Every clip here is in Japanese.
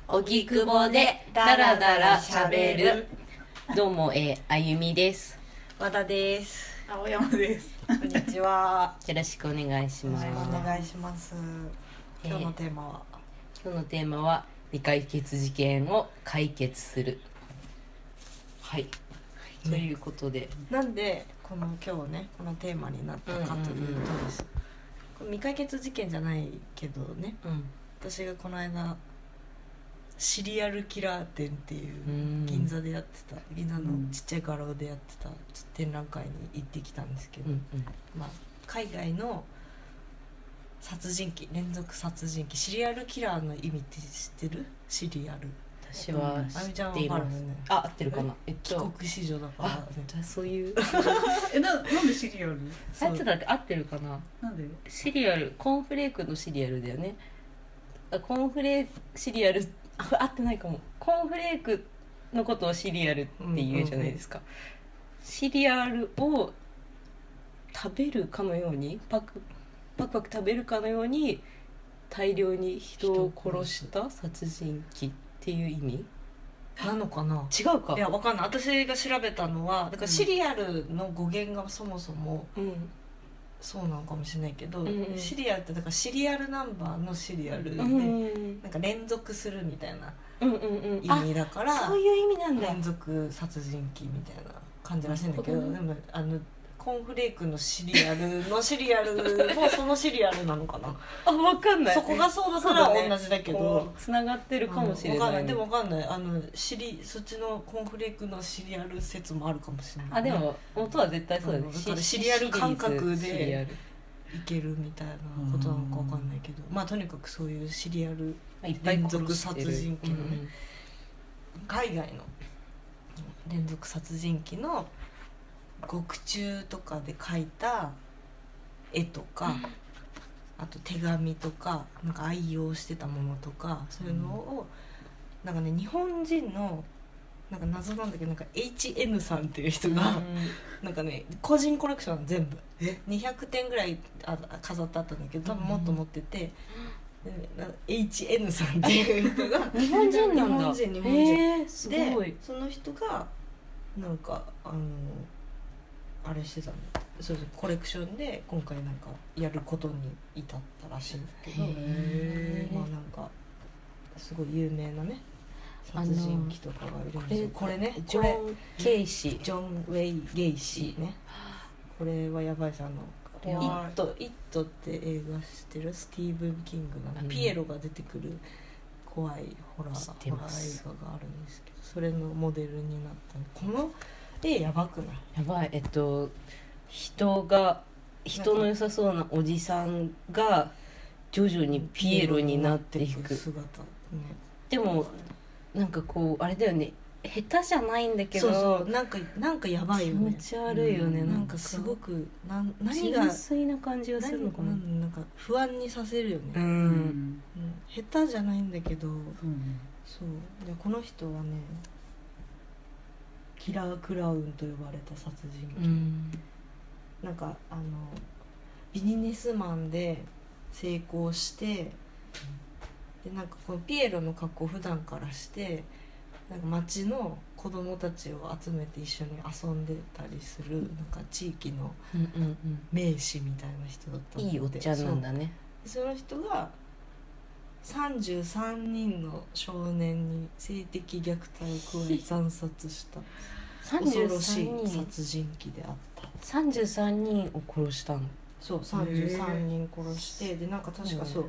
荻窪でダラダラしゃべる。どうも、あゆみです。 和田です。 青山です。 こんにちは。 よろしくお願いします。 お願いします。今日のテーマは、 今日のテーマは未解決事件を解決する。はい。ということで、 なんでこの今日ねこのテーマになったかというとです。これ未解決事件じゃないけどね。私がこの間シリアルキラー展っていう銀座でやってた、銀座のちっちゃい画廊でやってた展覧会に行ってきたんですけど、まあ海外の殺人鬼、連続殺人鬼、シリアルキラーの意味って知ってる？シリアル。 私は知っています。あ、合ってるかな。 帰国子女だからね。 そういう。 なんでシリアル？ ちょっと待って、合ってるかな。 なんで？ シリアル、コーンフレークのシリアルだよね。コーンフレークシリアル。合ってないかも。コーンフレークのことをシリアルって言うじゃないですか。シリアルを食べるかのようにパクパク食べるかのように大量に人を殺した殺人鬼っていう意味なのかな。 違うか。 いやわかんない。私が調べたのはだからシリアルの語源がそもそも、そうなのかもしれないけど、シリアルってだからシリアルナンバーのシリアルで、なんか連続するみたいな意味だから、 そういう意味なんだ。 連続殺人鬼みたいな感じらしいんだけど、でもコーンフレークのシリアルのシリアルもそのシリアルなのかな。 あ、分かんない。 そこがそうだから同じだけどつながってるかもしれない。 分かんない。でも分かんない。そっちのコーンフレークのシリアル説もあるかもしれない、 ね。あ、でも元は絶対そうだね。 だからシリアル感覚でいけるみたいなことなのか分かんないけど、まあとにかくそういうシリアル連続殺人鬼のね、海外の連続殺人鬼の獄中とかで描いた絵とか、あと手紙とかなんか愛用してたものとか、そういうのをなんかね、日本人のなんか謎なんだけど、なんか HN さんっていう人が、なんかね個人コレクション全部200点ぐらい飾ってあったんだけど、多分もっと持ってて、HN さんっていう人が日本人なんだ。 日本人すごい。 でその人がなんかあれしてたの。そうコレクションで今回なんかやることに至ったらしいんだけど、まあなんかすごい有名なね殺人鬼とかがいるんですよ。これね、 ジョン・ゲイシー、 ジョン・ウェイ・ゲイシーね。これはやばいさ、イットって映画知ってる？スティーブン・キングのピエロが出てくる怖いホラー映画があるんですけど、それのモデルになったこの絵やばくない？ やばい。人の良さそうなおじさんが徐々にピエロになっていく姿、 でもなんかこうあれだよね、下手じゃないんだけど、 そうなんかやばいよね。 気持ち悪いよね。 なんかすごく何が純粋な感じがするのかな。 なんか不安にさせるよね。下手じゃないんだけど、そうでこの人はね、キラークラウンと呼ばれた殺人鬼、なんかビジネスマンで成功して、でなんかこのピエロの格好を普段からしてなんか町の子供たちを集めて一緒に遊んでたりする、なんか地域の名士みたいな人だったんで、 いいおっちゃんなんだね。 その人が33人の少年に性的虐待を加え惨殺した恐ろしい殺人鬼であった。 33人を殺したの。 そう、33人殺して、でなんか確かそう、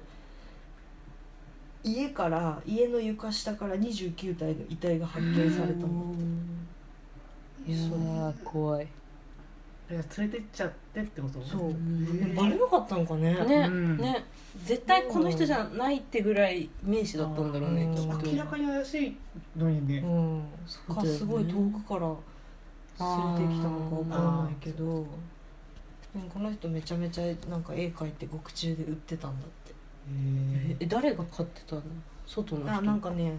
家の床下から29体の遺体が発見されたの。 いやー怖い。 連れてっちゃってってこと？ そう、バレなかったのかね。 ね、絶対この人じゃないってぐらい名士だったんだろうね。 明らかに怪しいのにね。 すごい遠くから連れてきたのか分からないけど、この人めちゃめちゃなんか絵描いて獄中で売ってたんだって。 誰が買ってたの？外の人？ なんかね、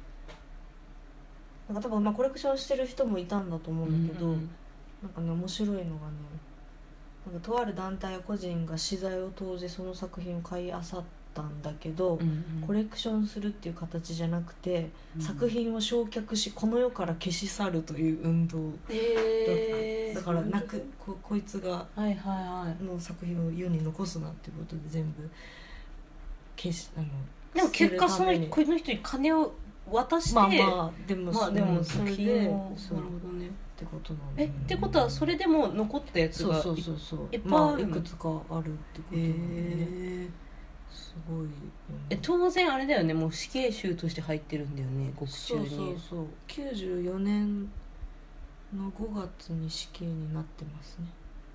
なんか多分コレクションしてる人もいたんだと思うんだけど、なんかね面白いのがね、なんかとある団体や個人が資材を投じその作品を買い漁っったんだけど、 うんコレクションするっていう形じゃなくて、 うん作品を焼却しこの世から消し去るという運動だからこいつがはいはいはいの作品を世に残すなっていうことで全部消しでも結果この人に金を渡してでもそれでそれでなるほそうどねってことなんだよねってことはそれでも残ったやつがそういっぱいあるのいくつかあるってことなんだね、すごいよね当然あれだよねもう死刑囚として入ってるんだよね獄中にそう94年の5月に死刑になってますね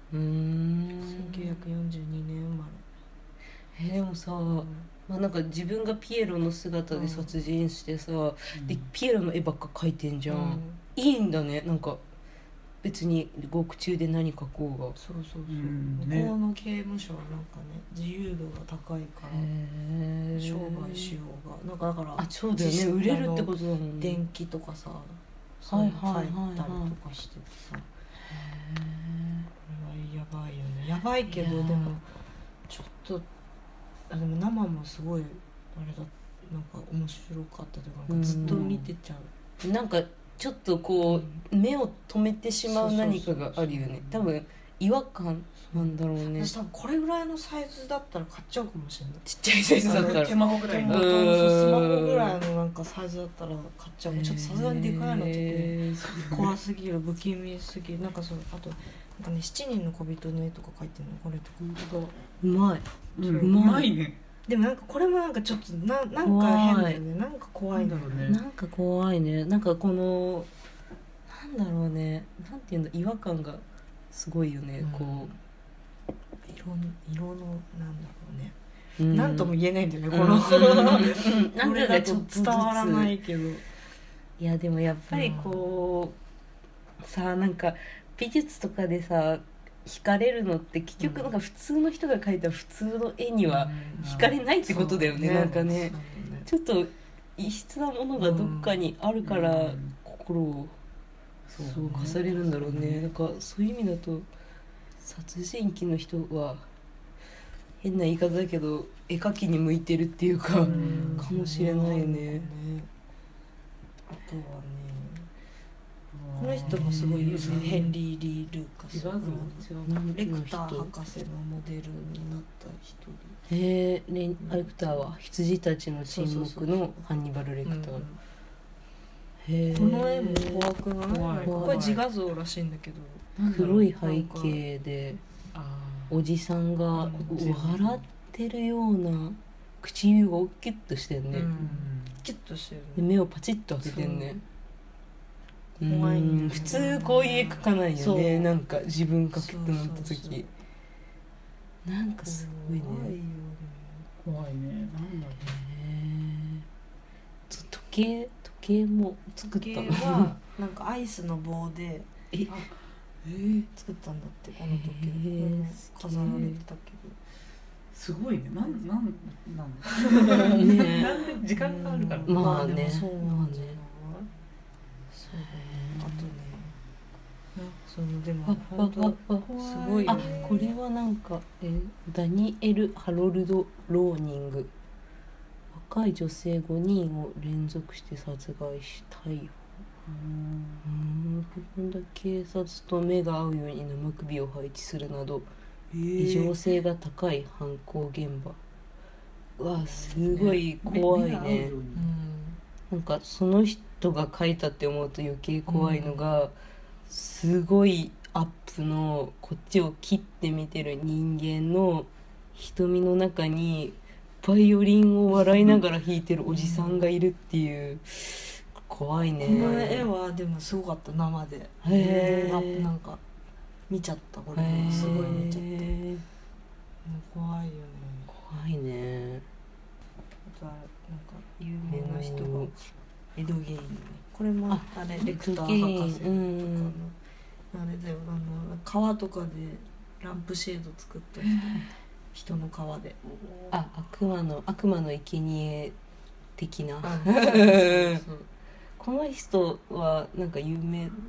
1942年生までもさ、まあ、なんか自分がピエロの姿で殺人してさ、でピエロの絵ばっか描いてんじゃん、いいんだねなんか別に獄中で何描こうがそうね向こうの刑務所はなんかね自由度が高いから商売しようがなんかだからそうだよね売れるってことだもんね電気とかさそういうの書いたりとかしててさこれはやばいよねやばいけどでもちょっとでも生もすごいあれだなんか面白かったというかずっと見てちゃうなんかちょっとこう目を止めてしまう何かがあるよね多分違和感なんだろうね私多分これぐらいのサイズだったら買っちゃうかもしれないちっちゃいサイズだったらスマホぐらいのスマホぐらいのなんかサイズだったら買っちゃうちょっとさすがにでかいのと怖すぎる不気味すぎるなんかそうあとなんかね7人の小人の絵とか描いてるのこれとかうまい、 うまいねでもなんかこれもなんかちょっとなんか変だよねなんか怖いんだろうねなんか怖いねなんかこのなんだろうねなんていうんだ違和感がすごいよね、こう色のなんだろうね、なんとも言えないんだよねこの、 なんかだと伝わらないけどいやでもやっぱりこう、さなんか美術とかでさ惹かれるのって結局なんか普通の人が描いた普通の絵には惹かれないってことだよね、なんかねちょっと異質なものがどっかにあるから心をそうかされるんだろうね。なんかそういう意味だと殺人鬼の人は変な言い方だけど絵描きに向いてるっていうか、かもしれないよね。 あとはねこの人もすごい有名ヘンリー・リー・ルーカスレクター博士のモデルになった人レクターは羊たちの沈黙のハンニバル・レクター。 この絵も怖くない？これ自画像らしいんだけど黒い背景でおじさんが笑ってるような唇がキュッとしてるね、 キュッとしてるで目をパチッと開けてるね。 怖いんだよね普通こういう絵描かないよね。なんか自分描くってなった時なんかすごいね。 怖いね。なんだろう。 時計も作った時計はなんかアイスの棒で作ったんだってこの時計飾られてたけどすごいね。なんねなんで時間があるから。 まあねそうなんじゃないそうだねあとねそのでも本当すごいよねこれはなんかダニエル・ハロルド・ローニング若い女性5人を連続して殺害し逮捕。警察と目が合うように生首を配置するなど異常性が高い犯行現場。うわすごい怖いね。なんかその人が描いたって思うと余計怖いのが、すごいアップのこっちを切って見てる人間の瞳の中にバイオリンを笑いながら弾いてるおじさんがいるっていう怖いね。 この絵はでもすごかった生でなんか見ちゃったこれはすごい見ちゃった怖いよね怖いね。 あとはなんか有名な人がエドゲインねこれもあれレクター博士とかのあれだよ川とかでランプシェード作った人の川で悪魔の生贄的なこの人はなんか有名ですよねすごく。 そうなんか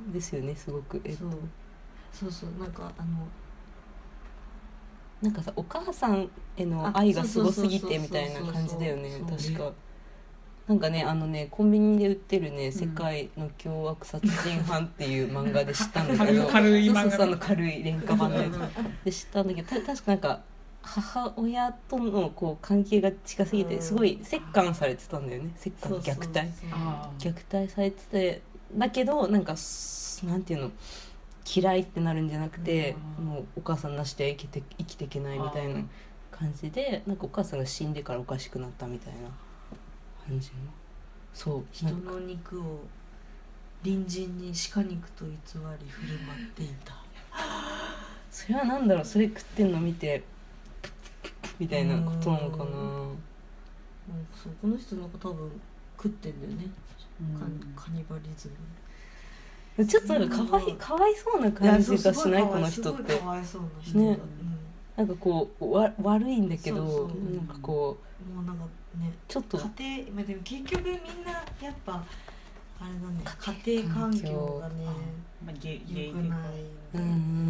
なんかさお母さんへの愛がすごすぎてみたいな感じだよね確か。なんかねコンビニで売ってるね「世界の凶悪殺人犯」っていう漫画で知ったんだけど軽い漫画そう軽い廉価版のやつで知ったんだけど確かなんか母親とのこう関係が近すぎてすごい折檻されてたんだよね。折檻虐待されててだけどなんかなんていうの嫌いってなるんじゃなくてもうお母さんなしで生きていけないみたいな感じでなんかお母さんが死んでからおかしくなったみたいな感じのそう人の肉を隣人に鹿肉と偽り振る舞っていた。 それはなんだろうそれ食ってんの見てみたいなことなのかな。 そうこの人なんか多分食ってんだよねカニバリズム。 ちょっとなんかかわいそうな感じがしないこの人って。 かわいそうな人ね、なんかこう悪いんだけどなんかこうもうなんかねちょっと家庭でも結局みんなやっぱあれだね家庭環境がね良くないそう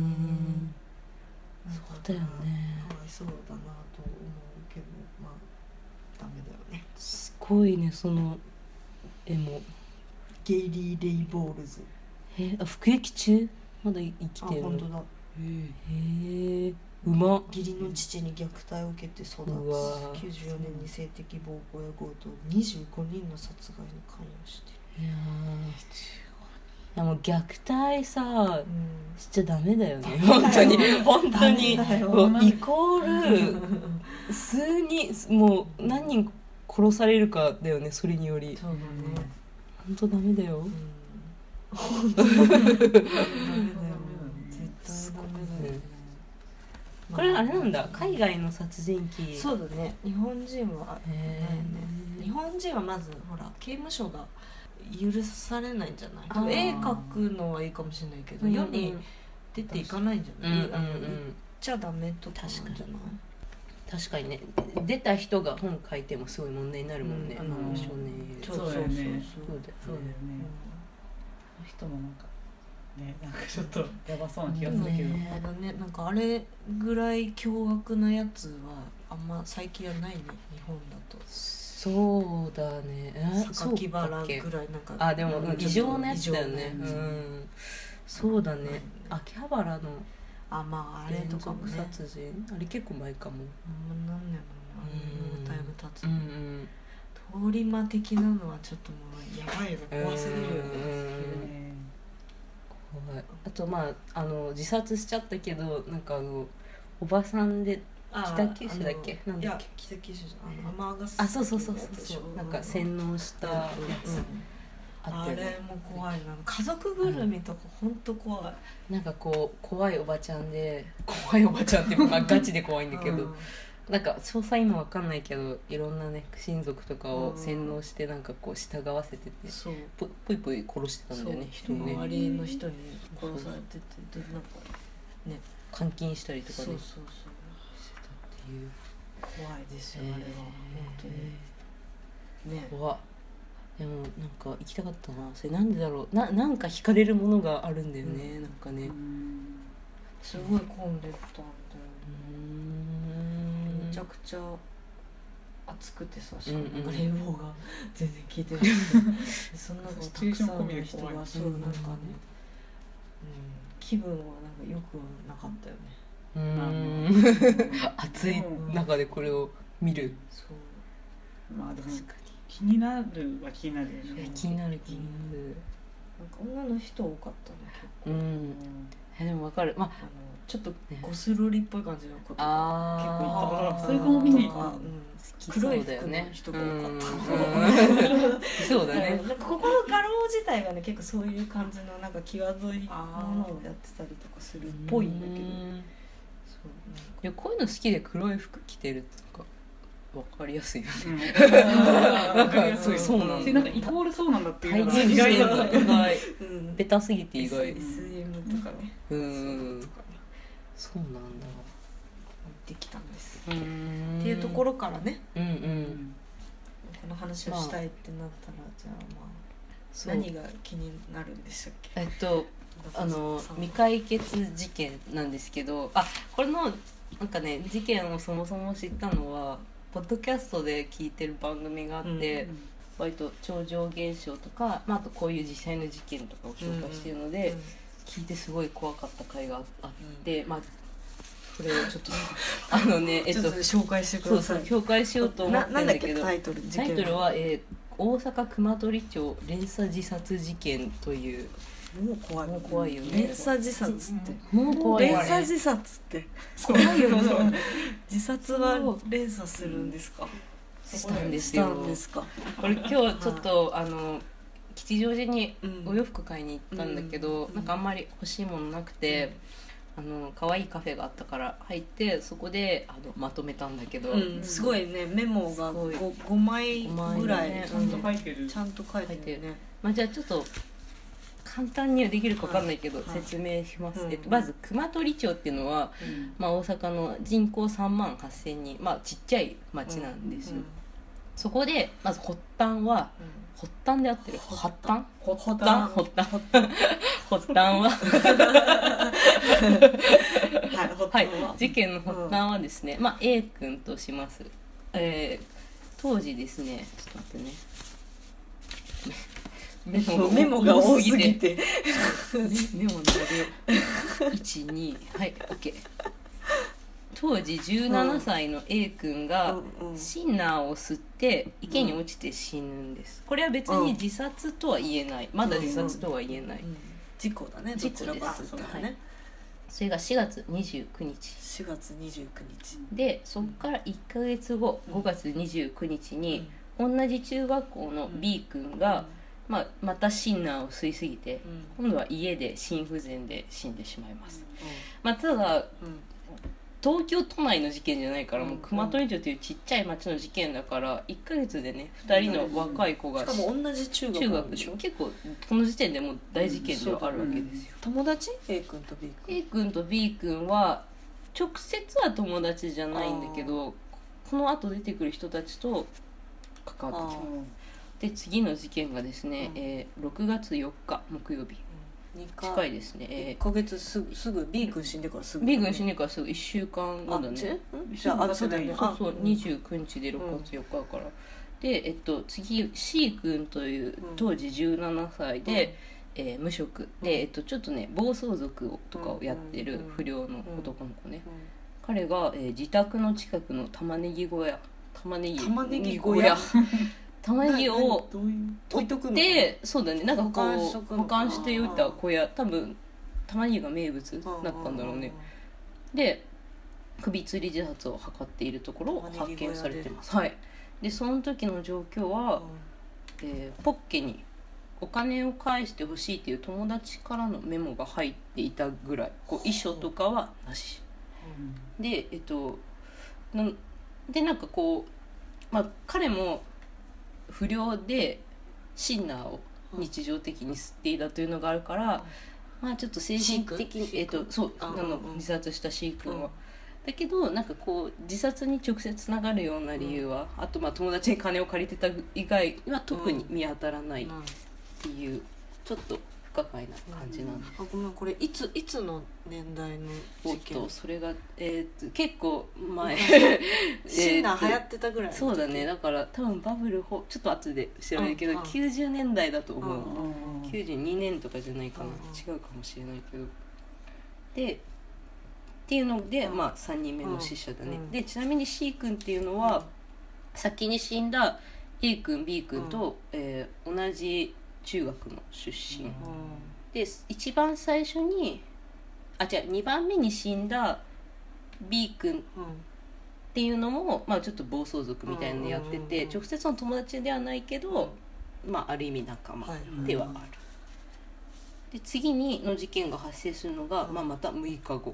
だよね。 かわいそうだなと思うけどまあダメだよね。 すごいねその絵もゲイリー・レイボールズ服役中まだ生きてるの。 本当だ。 へえうま義理の父に虐待を受けて育つ。94年に性的暴行や強盗25人の殺害に関与してる。 いやもう虐待さ、しちゃダメだよね本当にイコール数人もう何人殺されるかだよねそれにより。 そうだね本当ダメだよ。 本当ダメだよ絶対ダメだよ。 これあれなんだ海外の殺人鬼。 そうだね日本人はないね。日本人はまずほら刑務所が許されないんじゃない。絵描くのはいいかもしれないけど世に出ていかないんじゃない。売っちゃダメとかなんじゃない。 確かにね出た人が本書いてもすごい問題になるもんね。少年そうだよね。そうだよね。人もなんかねなんかちょっとやばそうな気がするけど。 なんかあれぐらい凶悪なやつはあんま最近はないね日本だと。 そうだね。 榊原ぐらいなんかでも異常なやつだよね。そうだね。秋葉原のまああれとかもね殺人あれ結構前かも。 何年もだいぶ経つ。通り魔的なのはちょっともうやばいよね怖すぎるよね。 怖い。あと自殺しちゃったけどなんかおばさんで北九州だっけなんだっけ。 北九州じゃん尼崎。 そうなんか洗脳したやつ。 あれも怖いな。家族ぐるみとか本当怖い。 なんかこう怖いおばちゃんで怖いおばちゃんってガチで怖いんだけどなんか詳細今わかんないけどいろんなね親族とかを洗脳してなんかこう従わせててぽいぽい殺してたんだよね人にね。 周りの人に殺されててなんかね監禁したりとかねそうしてたっていう。 怖いですよあれは本当にね。 怖っ。でもなんか行きたかったな。それなんでだろうなんか惹かれるものがあるんだよね。なんかねすごい混んでたんだよ。めちゃくちゃ暑くてさしかもなんか冷房が全然効いてないそんなたくさんの人がそうなんかね気分はなんか良くなかったよね。 暑い中でこれを見る。 そうまあでも気になるは気になるよね。 気になる。なんか女の人多かったね結構。 でもわかる。 ちょっとゴスロリっぽい感じの子とか結構いた。 それも見に行った。 黒い服の人が多かった。 そうだね。 なんかここの画廊自体がね結構そういう感じのなんか際どいものをやってたりとかするっぽいんだけど。 こういうの好きで黒い服着てるとかわかりやすいよね。 なんかそうなんだ。 なんかイコールそうなんだっていうのが意外ベタすぎて意外。 SM とかね。 そうなんだ。 できたんです。っていうところからね。この話をしたいってなったらじゃあ何が気になるんでしたっけ。 未解決事件なんですけどこれのなんかね事件をそもそも知ったのはポッドキャストで聞いてる番組があって、割と超常現象とか、あとこういう実際の事件とかを紹介しているので、聞いてすごい怖かった回があって、それをちょっとちょっと紹介してください。 紹介しようと思ってんだけど、 タイトルは、大阪熊取町連鎖自殺事件という。 もう怖いよね。連鎖自殺ってもう怖いよね。 連鎖自殺って怖いよね。自殺は連鎖するんですか？ したんですよ。これ今日ちょっと吉祥寺にお洋服買いに行ったんだけど、なんかあんまり欲しいものなくて、可愛いカフェがあったから入ってそこでまとめたんだけど、 すごいね、メモが 5枚ぐらいちゃんと書いてる。 ちゃんと書いてるね。 じゃあちょっと簡単にはできるか分かんないけど、説明します。まず熊取町っていうのは、大阪の人口3万8,000人、ちっちゃい町なんですよ。そこでまず発端は、発端で合ってる？発端ははい、事件の発端はですね、A 君とします。当時ですね、ちょっと待ってね。 メモが多すぎてメモの量12はい OK。 当時17歳の A 君がシンナーを吸って池に落ちて死ぬんです。これは別に自殺とは言えない、まだ自殺とは言えない、 事故だね。 事故です。それが4月29日で、そこから1ヶ月後5月29日に同じ中学校の B 君がまたシンナーを吸いすぎて、今度は家で心不全で死んでしまいます。ただ、東京都内の事件じゃないから、もう熊取町というちっちゃい町の事件だから1ヶ月でね2人の若い子が、 しかも同じ中学でしょ。 結構この時点でもう大事件ではあるわけですよ。 友達 A 君と B 君 A 君と B 君は直接は友達じゃないんだけど、この後出てくる人たちと関わってきます。で次の事件がですね、6月4日木曜日、近いですね。 1ヶ月すぐ B 君死んでからすぐ B 君死んでからすぐ1週間後だね。 じゃあそうだよね。 そう29日で6月4日だから、で次 C 君という当時17歳で、無職で、ちょっとね暴走族とかをやってる不良の男の子ね。彼が、自宅の近くの玉ねぎを取ってそうだね、なんかこう保管しておいた小屋、多分玉ねぎが名物だったんだろうね。で首吊り自殺を図っているところを発見されてます。はい。でその時の状況は、ポッケにお金を返してほしいっていう友達からのメモが入っていたぐらい、遺書とかはなし、でなんか彼も不良でシンナーを日常的に吸っていたというのがあるから、ちょっと精神的に自殺した C 君は、だけどなんか自殺に直接つながるような理由は、あと友達に金を借りてた以外は特に見当たらないっていう、ちょっと不可解な感じなんです。 ごめん、これいつの年代の事件？ それが、結構前シンナー流行ってたぐらい。 そうだね。だから多分バブルちょっと後で調べるけど、90年代だと思う。92年とかじゃないかな、違うかもしれないけど。でっていうので、3人目の死者だね。でちなみに C 君っていうのは、先に死んだ A 君 B 君と、同じ中学の出身、で一番最初に2番目に死んだ B 君っていうのも、ちょっと暴走族みたいなのやってて、直接の友達ではないけど、ある意味仲間ではある。で次の事件が発生するのが、また6日後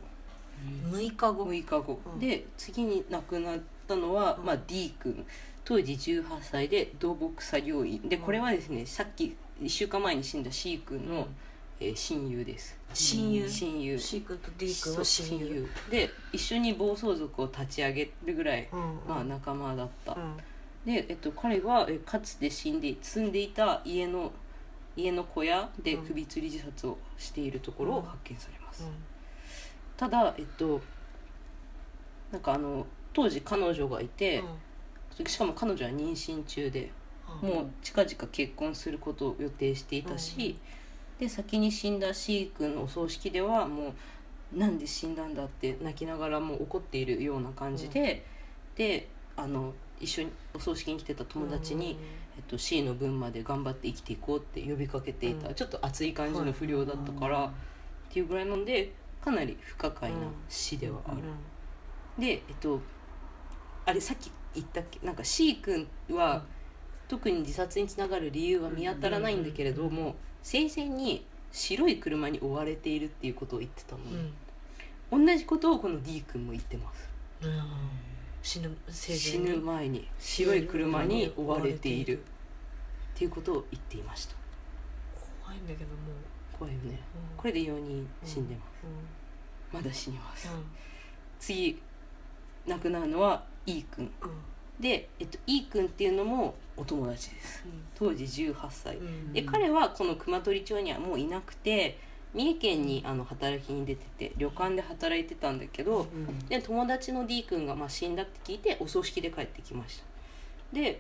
で、次に亡くなったのは、D 君、当時18歳で土木作業員で、これはですね、さっき1週間前に死んだ C 君の、親友です。 親友 C 君と D 君は親友で、一緒に暴走族を立ち上げるぐらい、仲間だった。で、彼はかつて住んでいた家の小屋で首吊り自殺をしているところを発見されます。ただなんか当時彼女がいて、しかも彼女は妊娠中で、もう近々結婚することを予定していたし、で先に死んだ C 君のお葬式ではもうなんで死んだんだって泣きながらもう怒っているような感じで、で一緒にお葬式に来てた友達に、C の分まで頑張って生きていこうって呼びかけていた、ちょっと熱い感じの不良だったから、っていうぐらいなんでかなり不可解な死ではある。であれさっき言ったっけ、なんか C 君は特に自殺につながる理由は見当たらないんだけれども、生前に白い車に追われているっていうことを言ってたので、同じことをこの D 君も言ってます。死ぬ前に白い車に追われているっていうことを言っていました。 怖いんだけど、もう怖いよね、これで4人死んでます、まだ死にます、次亡くなるのは E 君、で、E 君っていうのもお友達です、当時18歳、で彼はこの熊取町にはもういなくて、三重県に働きに出てて旅館で働いてたんだけど、で友達の D 君が死んだって聞いてお葬式で帰ってきました。で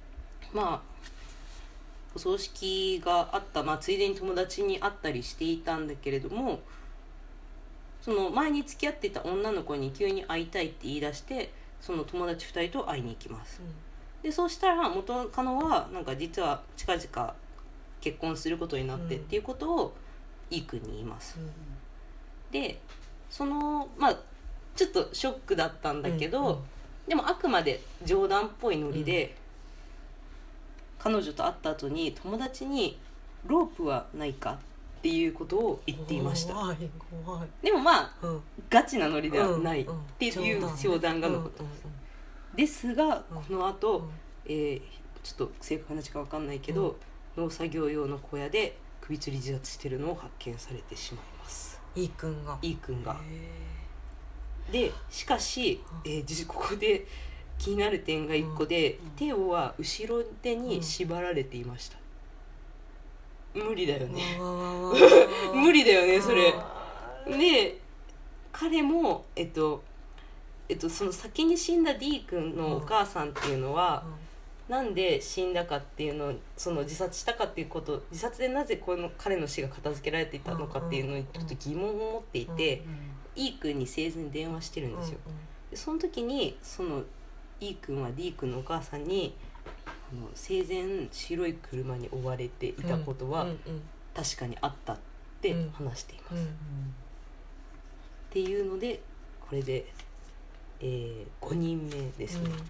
お葬式があった、ついでに友達に会ったりしていたんだけれども、その前に付き合っていた女の子に急に会いたいって言い出して、その友達2人と会いに行きます、でそうしたら元カノはなんか実は近々結婚することになってっていうことをE君に言います、でそのちょっとショックだったんだけど、でもあくまで冗談っぽいノリで、彼女と会った後に友達にロープはないかっていうことを言っていました。 怖いでもガチなノリではないっていう相談が残ってます、ですがこの後、ちょっと正確な話か分かんないけど、農作業用の小屋で首吊り自殺してるのを発見されてしまいます。 E 君がでしかし、ここで気になる点が1個で、手は後ろ手に縛られていました、無理だよね無理だよねそれで。彼もその先に死んだ D 君のお母さんっていうのは、なんで死んだかっていうのを、その自殺したかっていうこと、自殺でなぜこの彼の死が片付けられていたのかっていうのにちょっと疑問を持っていて、E 君に生前電話してるんですよ、でその時にその E 君は D 君のお母さんに生前白い車に追われていたことは確かにあったって話しています、っていうのでこれで、5人目ですね、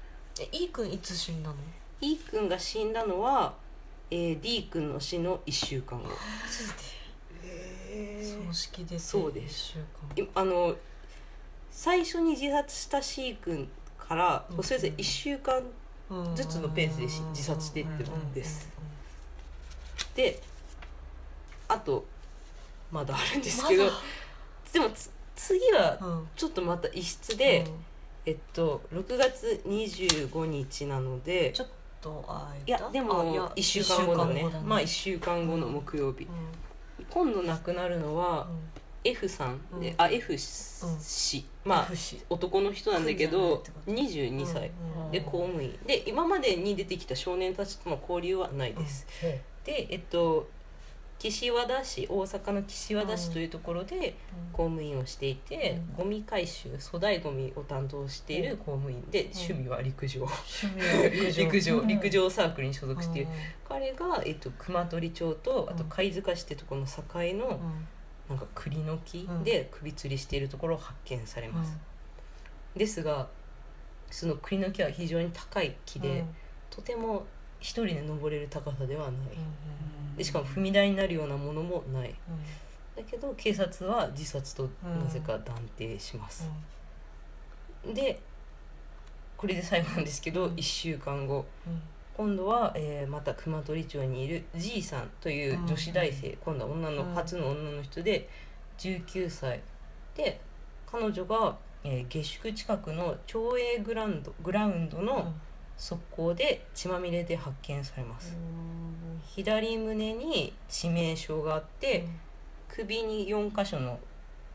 E 君いつ死んだの？ E 君が死んだのは、D 君の死の1週間後。 マジで？葬式でそうです。 1週間。 最初に自殺した C 君から、それぞれ1週間ずつのペースで自殺していってるんです。で、あとまだあるんですけど、でも次はちょっとまた異質で、6月25日なので、 ちょっといやでも1週間後だね。1週間後の木曜日、今度亡くなるのは F さんで、F 氏、男の人なんだけど22歳で公務員で、今までに出てきた少年たちとの交流はないです、で岸和田市、大阪の岸和田市というところで公務員をしていて、ゴミ回収、粗大ゴミを担当している公務員で、趣味は陸上陸上サークルに所属している、彼が、熊取町とあと貝塚市ってところの境のなんか栗の木で首吊りしているところを発見されます、ですがその栗の木は非常に高い木で、とても一人で登れる高さではない、でしかも踏み台になるようなものもない、だけど警察は自殺となぜか断定します、でこれで最後なんですけど、1週間後、今度は、また熊取町にいる G さんという女子大生、今度は初の女の人で19歳で、彼女が、下宿近くの町営グラウンドの側溝で血まみれで発見されます。左胸に致命傷があって、首に4箇所の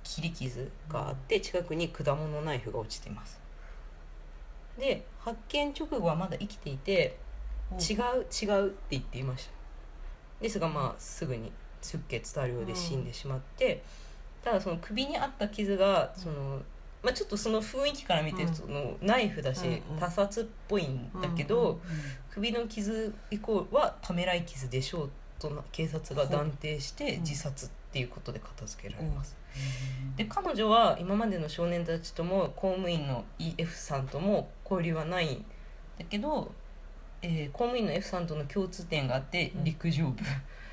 切り傷があって近くに果物ナイフが落ちています。で発見直後はまだ生きていて違うって言っていました。ですがまあすぐに出血多量で死んでしまって、ただその首にあった傷がその、まあ、ちょっとその雰囲気から見てそのナイフだし他殺っぽいんだけど、首の傷以降はためらい傷でしょうと警察が断定して自殺っていうことで片付けられます。で彼女は今までの少年たちとも公務員の F さんとも交流はないんだけど、公務員の F さんとの共通点があって陸上部、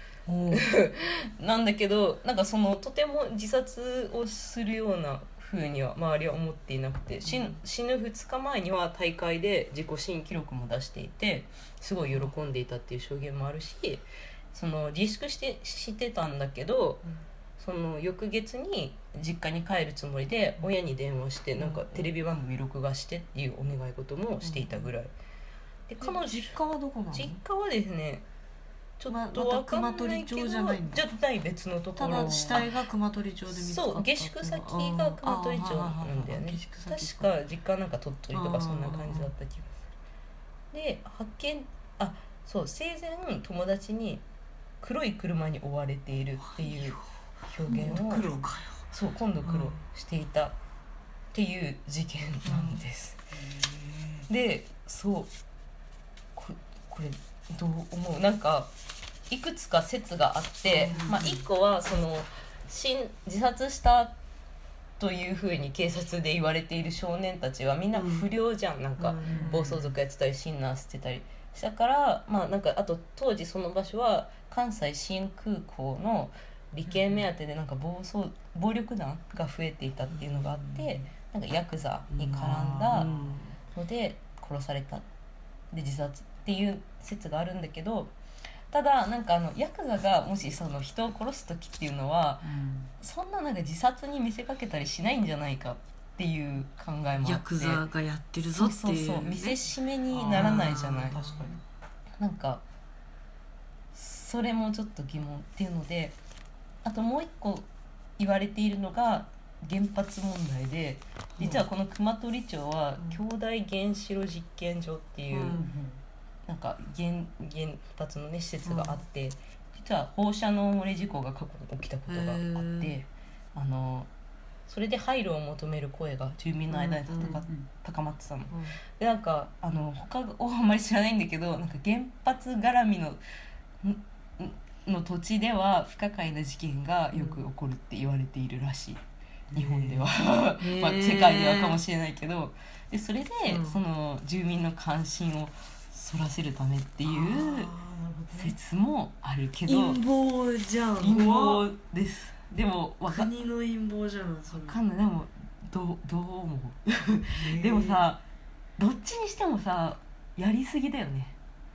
なんだけどなんかそのとても自殺をするような風には周りは思っていなくて、死ぬ2日前には大会で自己新記録も出していてすごい喜んでいたっていう証言もあるし、その自粛してたんだけど、その翌月に実家に帰るつもりで親に電話してなんかテレビ番組録画してっていうお願い事もしていたぐらいで、彼女実家はどこなの？ 実家はですねちょっとわかんないけど、 熊取町じゃないんだ。 じゃない別のところ。 ただ死体が熊取町で見つかった。 そう下宿先が熊取町なんだよね。確か実家なんか鳥取とかそんな感じだった気がする。で発見そう生前友達に黒い車に追われているっていう表現をそう今度黒していたっていう事件なんです。でそうこれどう思う？なんかいくつか説があって、まあ、1個はその自殺したというふうに警察で言われている少年たちはみんな不良じゃん、なんか暴走族やってたりシンナー捨てたりしたから、まあなんかあと当時その場所は関西新空港の理系目当てでなんか暴力団が増えていたっていうのがあって、なんかヤクザに絡んだので殺されたで自殺っていう説があるんだけど、ただなんかヤクザがもしその人を殺す時っていうのは、そんななんか自殺に見せかけたりしないんじゃないかっていう考えもあって、 ヤクザがやってるぞっていう、 そう見せしめにならないじゃない。 確かになんかそれもちょっと疑問っていうので、あともう一個言われているのが原発問題で、実はこの熊取町は兄弟原子炉実験場っていう、なんか原発のね施設があって、実は放射能漏れ事故が過去に起きたことがあって、それで廃炉を求める声が住民の間で高まってたの。でなんか他をあんまり知らないんだけど、なんか原発絡みの土地では不可解な事件がよく起こるって言われているらしい、日本ではまあ世界ではかもしれないけど、でそれでその住民の関心をそらせるためっていう説もあるけど、 陰謀じゃん。 陰謀です。でも国の陰謀じゃん。 分かんない。でもどう思うでもさどっちにしてもさやりすぎだよね。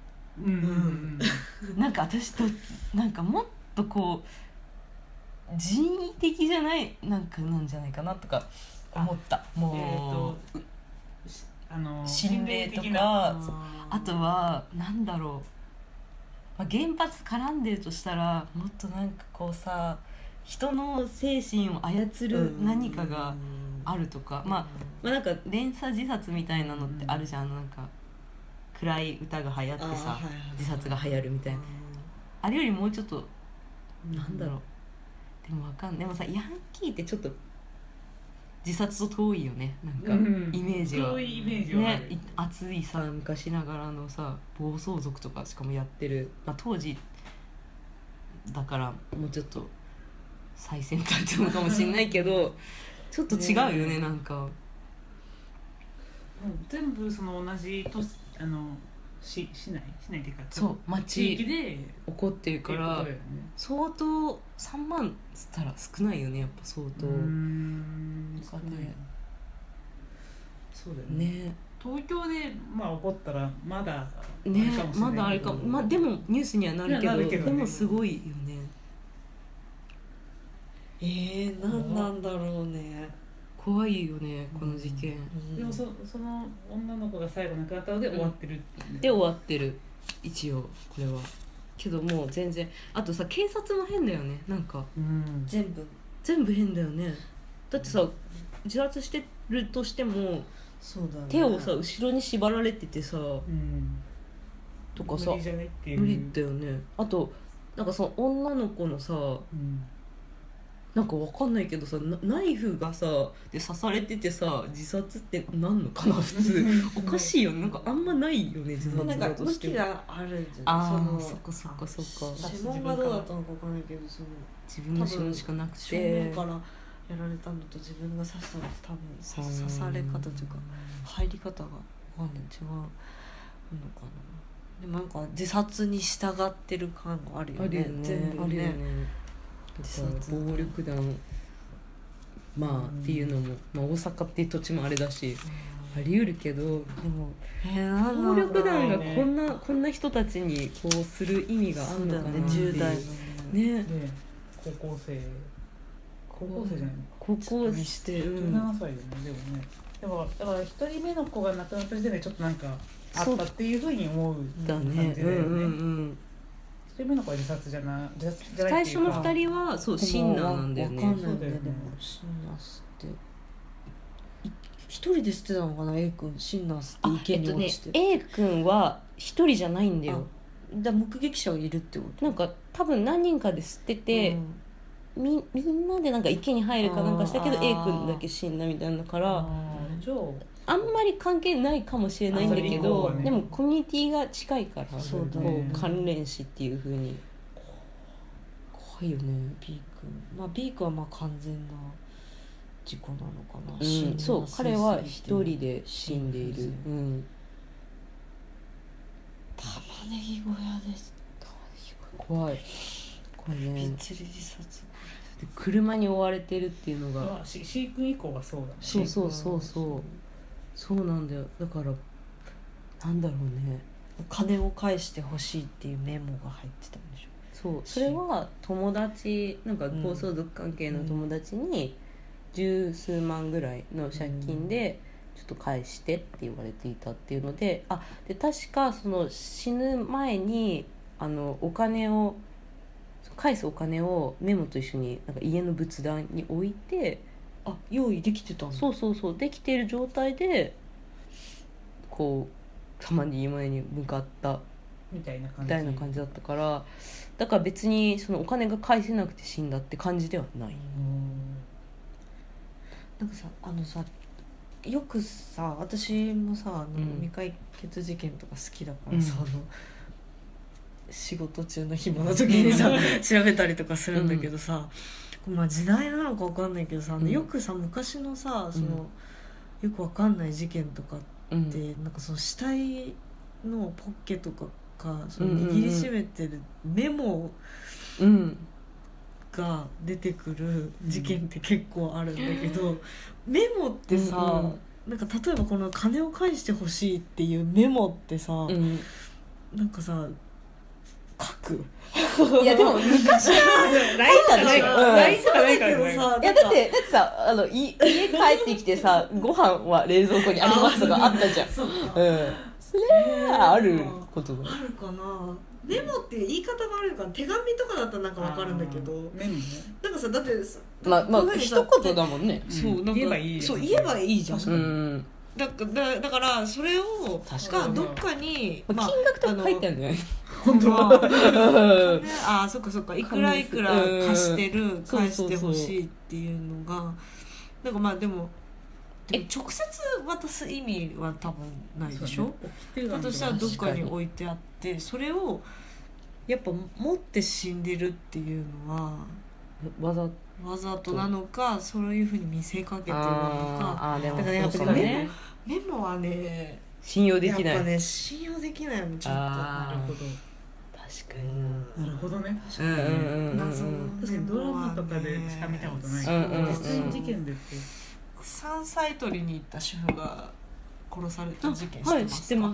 なんか私となんかもっとこう人為的じゃないなんじゃないかなとか思った。もう心霊とか、あとはなんだろう、原発絡んでるとしたらもっとなんかこうさ人の精神を操る何かがあるとか、まあなんか連鎖自殺みたいなのってあるじゃん。なんか暗い歌が流行ってさ自殺が流行るみたいな、あれよりもうちょっとなんだろう、でもわかんない。でもさヤンキーってちょっと自殺と遠いよね、なんかイメージは、 遠いイメージはあるね、熱いさ昔ながらのさ暴走族とかしかもやってる、まあ、当時だからもうちょっと最先端っていうのかもしれないけどちょっと違うよね、なんかもう全部その同じ市内っていうかそう町地域で起こってるからっていうことだよね。 相当3万っつったら少ないよね、やっぱ相当とかね。 そうだよね。 ね東京でまあ起こったらまだあれねかもしれないけど、 まだあれかも、まあ、でもニュースにはなるけど、 なるけどねでもすごいよね。何なんだろうね、怖いよねこの事件、 でもその女の子が最後亡くなったので終わってるっていう、 で終わってる一応これは。けどもう全然あとさ警察も変だよね、なんか全部全部変だよね。 だってさ自殺してるとしてもそうだね、 手をさ後ろに縛られててさ、とかさ無理じゃねっていう無理だよね。あとなんかその女の子のさ、なんかわかんないけどさナイフがさで刺されててさ自殺ってなんのかな普通おかしいよね。なんかあんまないよね自殺なんかだとしても。 武器があるんじゃん。 あーそそっかそっかそっか。 指紋がどうだったのかわからないけど、その自分の指紋しかなく正て面からやられたのと自分が刺したのと多分刺され方というか入り方がわかんない、違うのかな。でもなんか自殺に従ってる感があるよね。 あるよね。 全部あるよね。 自だから殺暴力団まあっていうのも、まあ、大阪っていう土地もあれだしあり得るけど、でも暴力団がこんな人たちにこうする意味があるのかなっていう 10代のね。 で高校生じゃないの高校して 17歳だよね。でもだから1人目の子が亡くなった時点でちょっとなんかあったっていうふうに思う感じだよね。1人目の子は自殺じゃないっていうか最初の2人はそうシンナーなんだよね。 わかんないんだよね。でもシンナースって一人で捨てたのかな。 A 君シンナースって池に落ちて、 A 君は1人じゃないんだよ。 だ目撃者がいるってこと。 なんか多分何人かで捨てて、みんなでなんか池に入るかなんかしたけど A 君だけ死んだみたいなからあんまり関係ないかもしれないんだけど、でもコミュニティが近いからそうだこう関連死っていう風に怖いよね。 B 君、まあ B 君はまあ完全な事故なのかな。 そう彼は一人で死んでいる。 玉ねぎ小屋です。 怖いね。 別離自殺で車に追われてるっていうのが、 C 君以降はそうだね。 そうなんだよ。だからなんだろうね、 金を返してほしいっていうメモが入ってたんでしょ。 そうそれは友達なんか高相続関係の友達に十数万ぐらいの借金でちょっと返してって言われていたっていうので、で確かその死ぬ前にお金を返すお金をメモと一緒になんか家の仏壇に置いて、 用意できてたんだ。 そうできている状態でこうたまに家に向かったみたいな感じだったから、だから別にそのお金が返せなくて死んだって感じではない。 なんかさよくさ私もさ未解決事件とか好きだからさ、仕事中の暇な時にさ調べたりとかするんだけどさ、まあ時代なのか分かんないけどさ、よくさ昔のさその、よく分かんない事件とかって、なんかその死体のポッケとかその握りしめてるメモが出てくる事件って結構あるんだけど、メモってさ、なんか例えばこの金を返してほしいっていうメモってさ、なんかさ書く。 いやでも昔は LINE とかないから LINE とかないからね。 いやだってさ家帰ってきてさご飯は冷蔵庫にありますとかあったじゃん。それはあることがあるかな。メモって言い方が悪いから手紙とかだったらなんかわかるんだけど、 メモね。 なんかさだってまあ一言だもんね。 そうなんか言えばいい。 そう言えばいいじゃん。だからそれをどっかに金額とか書いてあるんじゃない？ 本当はそっかいくら貸してる返してほしいっていうのがなんかまあでも直接渡す意味は多分ないでしょ。だとしたらどっかに置いてあってそれをやっぱ持って死んでるっていうのはわざとなのかそういうふうに見せかけてるのか。だからやっぱりメモはね信用できない。 やっぱね信用できないよねちょっと。 なるほど。 確かになるほどね。 確かにドラマとかでしか見たことないけど、実際に事件でって山菜採りに行った主婦が殺された事件知ってますか？ はい知ってます。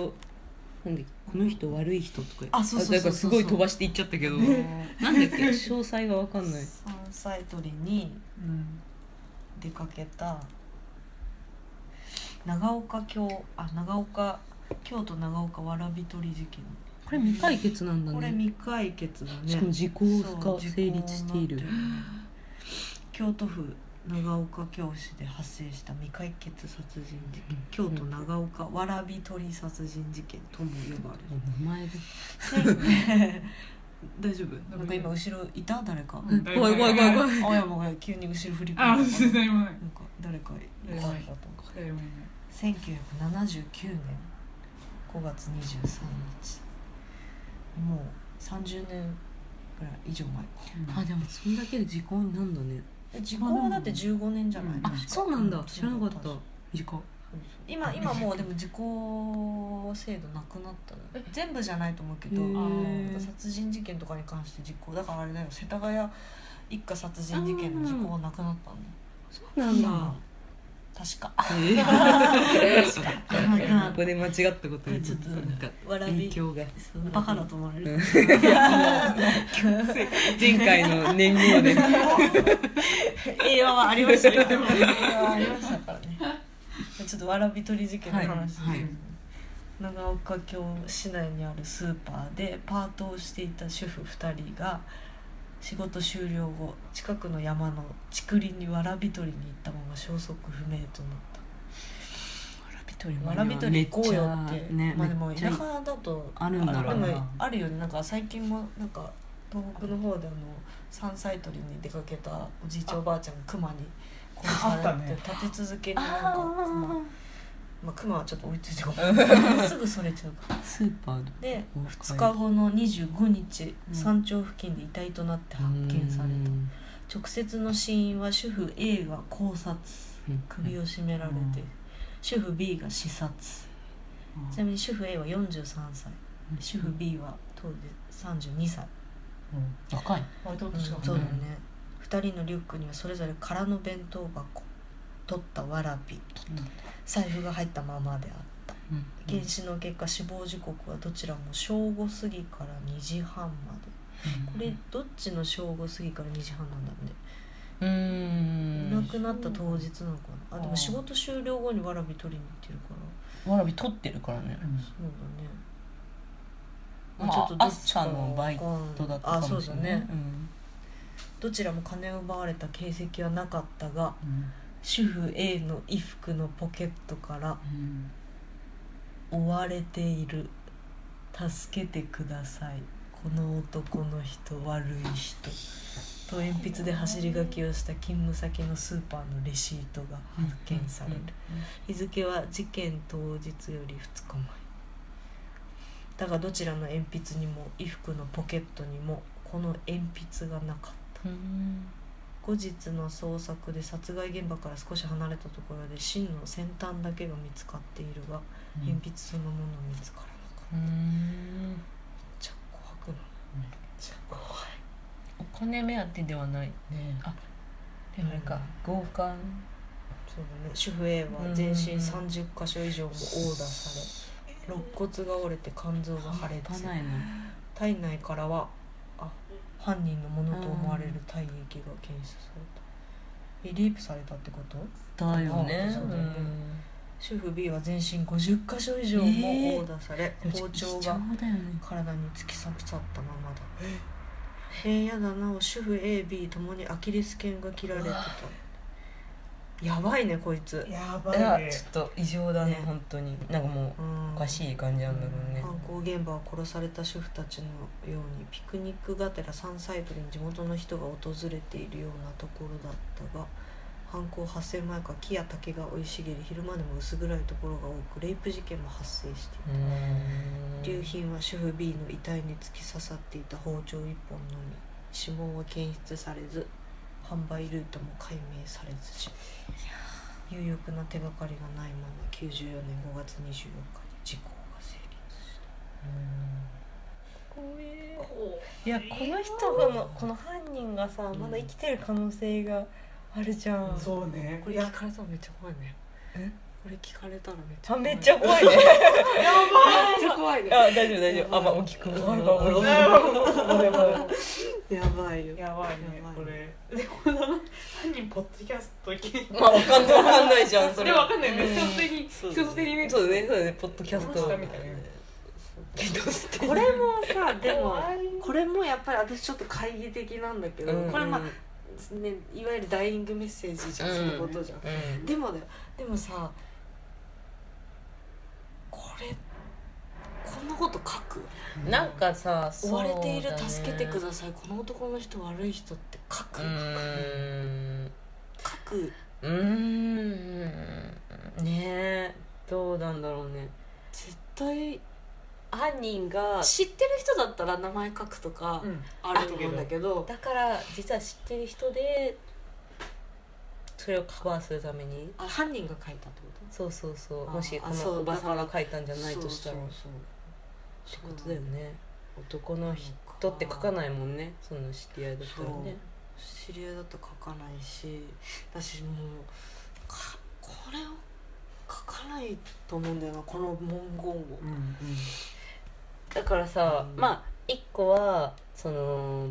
なんでこの人悪い人とかそうだからすごい飛ばしていっちゃったけどなんだっけ詳細が分かんない。 山菜採りに出かけた京都長岡わらび取り事件。 これ未解決なんだね。 これ未解決だね。 しかも時効が成立している。 京都府長岡京市で発生した未解決殺人事件、京都長岡わらび取り殺人事件とも呼ばれる。 名前で大丈夫？なんか今後ろいた誰か。 怖い怖い怖い怖い。 あやまが急に後ろ振りあ、 返った。 誰もない。 なんか誰かいたんだと思う。 誰もいない。 1979年5月23日。もう30年ぐらい以上前か。 あ、でもそんだけで時効になんだね。 時効はだって15年じゃない。 あ、そうなんだ。知らなかった。短。 今もうでも時効制度なくなったの。全部じゃないと思うけど、殺人事件とかに関して時効だからあれだよ。世田谷一家殺人事件の時効なくなったの。 そうなんだ。 確か。 ここで間違ったこと言うとちょっとなんか笑い影響がバカだと思われる。 前回の年号で栄養はありましたよ。栄養はありましたからね。ちょっとわらび取り事件の話です、 はいはい、 長岡京市内にあるスーパーでパートをしていた主婦2人が仕事終了後近くの山の竹林にわらび取りに行ったまま消息不明となった。わらび取り行こうよって、ね、まあでも田舎だとあるんだろうな。 でもあるよね。なんか最近もなんか東北の方で山菜採りに出かけたおじいちゃんおばあちゃんが熊に殺されて、ね、立て続けになんか熊はちょっと追いついてこないすぐそれちゃうからスーパーで2日後の25日、山頂付近で遺体となって発見された。直接の死因は主婦 A が絞殺、首を絞められて、主婦 B が刺殺。ちなみに主婦 A は43歳、主婦 B は当時32歳。 若い。 そうだね。2人のリュックにはそれぞれ空の弁当箱、取ったわらび、財布が入ったままであった。検視の結果死亡時刻はどちらも正午過ぎから2時半まで。これどっちの正午過ぎから2時半なんだろうね。亡くなった当日なのかな。あ、でも仕事終了後にわらび取りに行ってるから。 わらび取ってるからね。 そうだね。 まあ、ちょっとどっちかのバイトだったかもしれない。 そうだね。どちらも金を奪われた形跡はなかったが、主婦 A の衣服のポケットから「追われている、助けてください、この男の人悪い人」と鉛筆で走り書きをした勤務先のスーパーのレシートが発見される。日付は事件当日より2日前だが、どちらの鉛筆にも衣服のポケットにもこの鉛筆がなかった。後日の捜索で殺害現場から少し離れたところで芯の先端だけが見つかっているが、鉛筆そのものは見つからなかった。めっちゃ怖くない？めっちゃ怖い。 お金目当てではないね。あ、でもあれか、強姦。 そうだね。主婦 A は全身30カ所以上も殴打され、肋骨が折れて肝臓が破裂。体内からは犯人のものと思われる体液が検出された。リープされたってことだよね。 主婦 B は全身50カ所以上も殴打され、包丁が体に突き刺さったままだ。やだなお。主婦 A、B ともにアキレス腱が切られてた。やばいねこいつ。 やばいね。 ちょっと異常だね、本当に。なんかもうおかしい感じなんだろうね。 犯行現場は殺された主婦たちのようにピクニックがてら山菜採りに地元の人が訪れているようなところだったが、犯行発生前から木や竹が生い茂り、昼間でも薄暗いところが多く、レイプ事件も発生していた。留品は主婦 B の遺体に突き刺さっていた包丁1本のみ。指紋は検出されず、販売ルートも解明されずし、有力な手がかりがないまま94年5月24日に時効が成立した。怖いや、この人がこの犯人がさ、まだ生きてる可能性があるじゃん。 そうね。 これ聞かれたらめっちゃ怖いね。これ聞かれたらめっちゃ怖い。 めっちゃ怖いね。 やばい。めっちゃ怖いね。 あ、大丈夫大丈夫。あ、まあ大きく。やばいよ。 やばいねこれ。でも犯人ポッドキャスト聞いて。 まあわかんないじゃんそれ。 わかんないね。人捨てにね。 そうだねポッドキャストみたいな。 これもさ、でもこれもやっぱり私ちょっと懐疑的なんだけど、これまあね、いわゆるダイイングメッセージじゃん、そのことじゃん、でもさこんなこと書く、 なんかさ、 追われている、助けてください、この男の人悪い人って書く、 ねえ、どうなんだろうね。 絶対犯人が知ってる人だったら名前書くとかあると思うんだけど、 だから実は知ってる人でそれをカバーするために犯人が書いたってこと？ そうもしこのおばさんが書いたんじゃないとしたらってことだよね。男の人って書かないもんね、その知り合いだったらね。 知り合いだと書かないし、私もうこれを書かないと思うんだよな、この文言を、 だからさ、まあ一個はその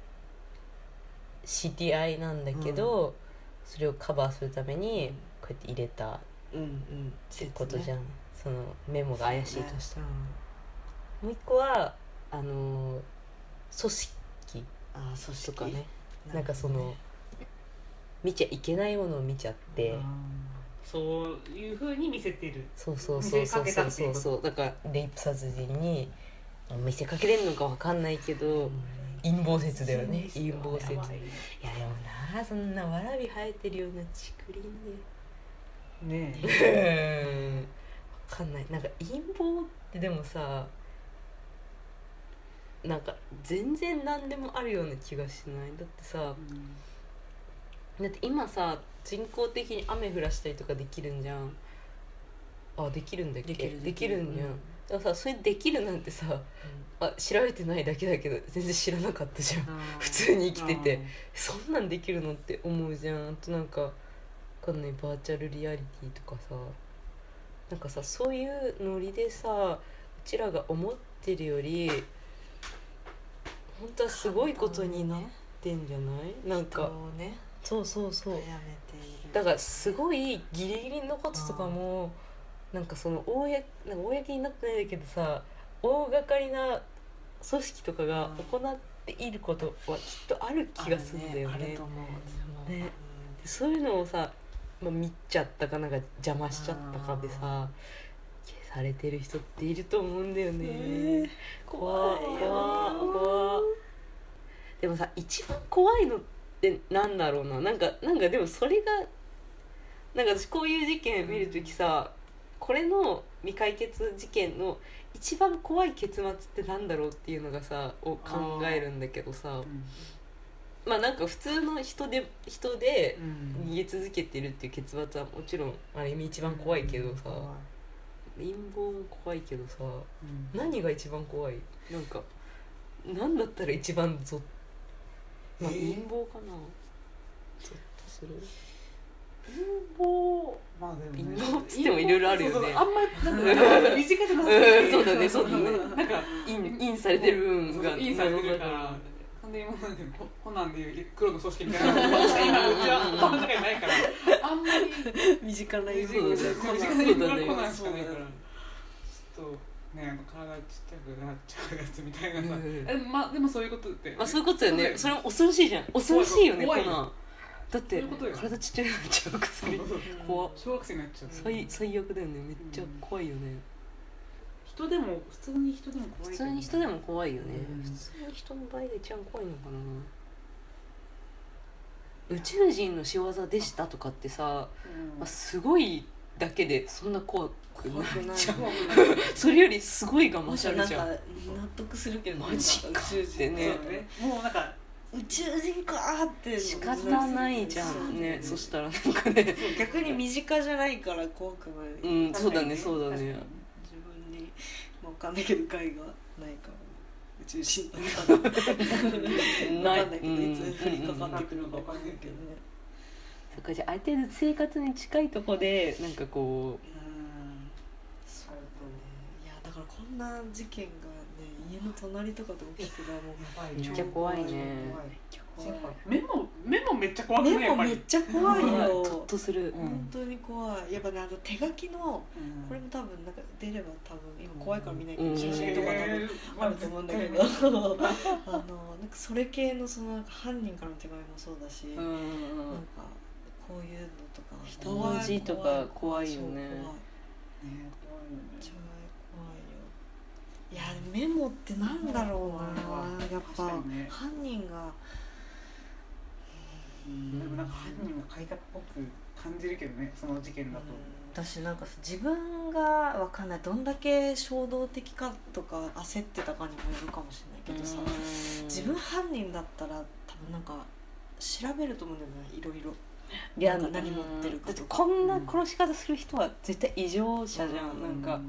知り合いなんだけど、それをカバーするためにこうやって入れたってことじゃん、そのメモが怪しいとしたら、もう一個は組織とかね、なんかその見ちゃいけないものを見ちゃって、 そういう風に見せてる、 そうだからレイプ殺人に見せかけれるのかわかんないけど、陰謀説だよね、陰謀説。いやでもな、そんなわらび生えてるような竹林でねえわかんない。なんか陰謀ってでもさ、なんか全然何でもあるような気がしない？だってさ、だって今さ人工的に雨降らしたりとかできるんじゃん。あ、できるんだっけ？できるんじゃん。でもさ、それできるなんてさ、調べてないだけだけど全然知らなかったじゃん。普通に生きててそんなんできるのって思うじゃん。あとなんかわかんないバーチャルリアリティとかさ、なんかさ、そういうノリでさ、うちらが思ってるより本当はすごいことになってんじゃない？なんかそうだからすごいギリギリのこととかもなんかその公になってないんだけどさ、大掛かりな組織とかが行っていることはきっとある気がするんだよね。 あると思うね。 そういうのをさ、見ちゃったかなんか邪魔しちゃったかでさ消されてる人っていると思うんだよね。怖い。でもさ、一番怖いのってなんだろうな。なんかでもそれがなんか私こういう事件見るときさ、これの未解決事件の一番怖い結末ってなんだろうっていうのがさを考えるんだけどさ、まあなんか普通の人で逃げ続けてるっていう結末はもちろんある意味一番怖いけどさ、陰謀も怖いけどさ、何が一番怖い？なんか何だったら一番ゾッ、陰謀かな、ゾッとする。 陰謀、まあでも、 陰謀っつってもいろいろあるよね。 あんまりなんか身近じゃなくて、 そうだねなんかインされてる部分がインされてるからなんで今までコナンでいう黒の組織みたいなのしか今うちは頭の中にないから、あんまり身近なイメージコナンしかないから、ちょっとね、体ちっちゃくなっちゃうやつみたいなさ、でもそういうことって、 そういうことだよね。それも恐ろしいじゃん。恐ろしいよね、コナン。だって体ちっちゃくなっちゃう薬怖っ、 小学生になっちゃう、 最悪だよね。めっちゃ怖いよね。 普通に人でも怖い、 普通に人でも怖いよね。普通に人の場合が一番怖いのかな。宇宙人の仕業でしたとかってさ、すごいだけでそんな怖くないじゃん。それよりすごいが勝るじゃん。 納得するけど、 マジかってね。 もうなんか宇宙人かーって仕方ないじゃんね。そしたらなんかね、 逆に身近じゃないから怖くない。 そうだね。 自分に分かんないけど害がないから宇宙人だったら分かんないけどいつ降りかかってくるか分かんないけどね。 そっか、じゃあある程度生活に近いとこでなんかこう、 そうだね。いやだからこんな事件がね家の隣とかで起きてたらもうめっちゃ怖いね。 目もめっちゃ怖くない？ 目もめっちゃ怖いよ。 ゾッとする。 本当に怖い。やっぱね手書きのこれも多分なんか出れば多分今怖いから見ないけど写真とか多分あると思うんだけど、なんかそれ系のそのなんか犯人からの手紙もそうだし、なんかこういうのとか人文字とか怖いよね。 いやメモってなんだろうな、やっぱ犯人がでもなんか犯人が書いたっぽく感じるけどね、その事件だと。 私なんか自分がわかんない、どんだけ衝動的かとか焦ってたかにもよるかもしれないけどさ、自分犯人だったら多分なんか調べると思うんだよね、いろいろ。いや何持ってるかとか。 だってこんな殺し方する人は絶対異常者じゃん。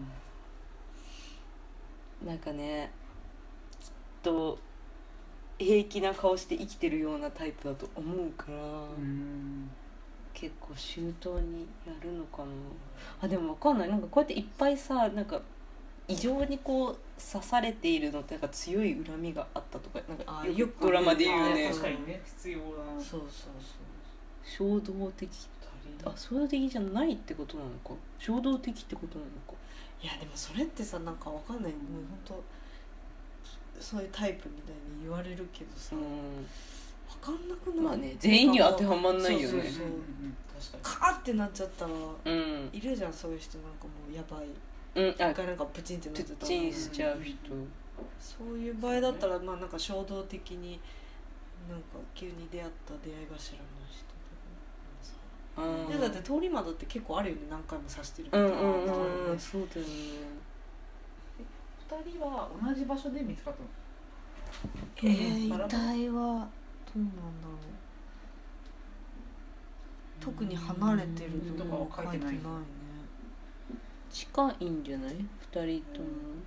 なんかね、きっと平気な顔して生きてるようなタイプだと思うから、結構周到にやるのかなあ。でも分かんない、なんかこうやっていっぱいさ、なんか異常にこう刺されているのってなんか強い恨みがあったとか、なんかよくドラマで言うよね。 確かにね、必要な。 そう衝動的、衝動的じゃないってことなのか、衝動的ってことなのか。 いやでもそれってさ、なんかわかんない、もう本当そういうタイプみたいに言われるけどさ、わかんなくない？ まあね、全員には当てはまんないよね。 カーってなっちゃったら、いるじゃんそういう人、なんかもうやばい、なんかプチンってなっちゃったらプチンしちゃう人。 そういう場合だったら、まあなんか衝動的になんか急に出会った出会い頭の人でだって通り魔だって結構あるよね、何回も刺してるとか。 そうだよね。 2人は同じ場所で見つかったの？ 遺体はどうなんだろう、特に離れてるとかは書いてないね。 近いんじゃない？2人とも。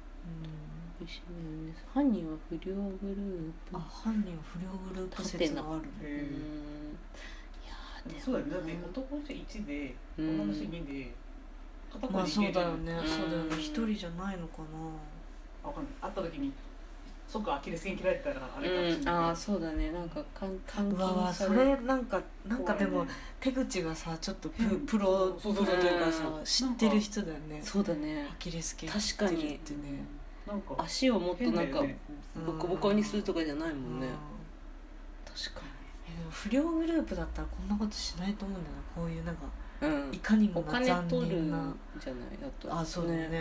犯人は不良グループ。 犯人は不良グループ説がある。 そうだよね、だって男の人1で女の人2で片方にそうだよね、そうだよね、1人じゃないのかな。 わかんない、会った時に即アキレス腱切られたらあれかもしれない。 そうだね、なんか監禁される。それなんかでも手口がさ、ちょっとプロというかさ、知ってる人だよね。 そうだね、 アキレス腱確かにってね、 足をもっとなんかボコボコにするとかじゃないもんね。確かに。 不良グループだったらこんなことしないと思うんだよな、こういうなんか、いかにも残念な。お金取るんじゃない、あと。 そうだね。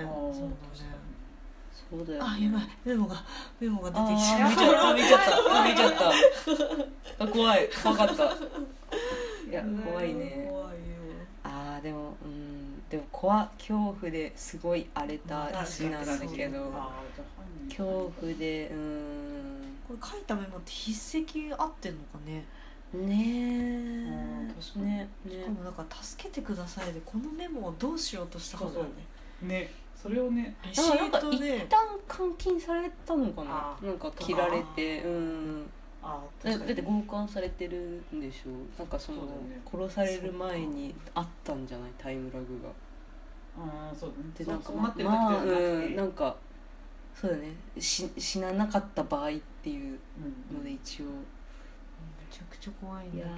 そうだよ。 やばい、メモが出てきた。 見ちゃった怖かった。いや怖いね。でも恐怖ですごい荒れた詩なんだけど、恐怖でこれ書いたメモって筆跡合ってんのかね。 しかもなんか助けてくださいで、このメモをどうしようとしたかだよね。それをね、 レシートで一旦監禁されたのかな、なんか切られて、だって強姦されてるんでしょ。なんかその殺される前にあったんじゃない、タイムラグが。 そうでなんかなんかそうだね、死ななかった場合っていうので一応。 めちゃくちゃ怖いんだけど。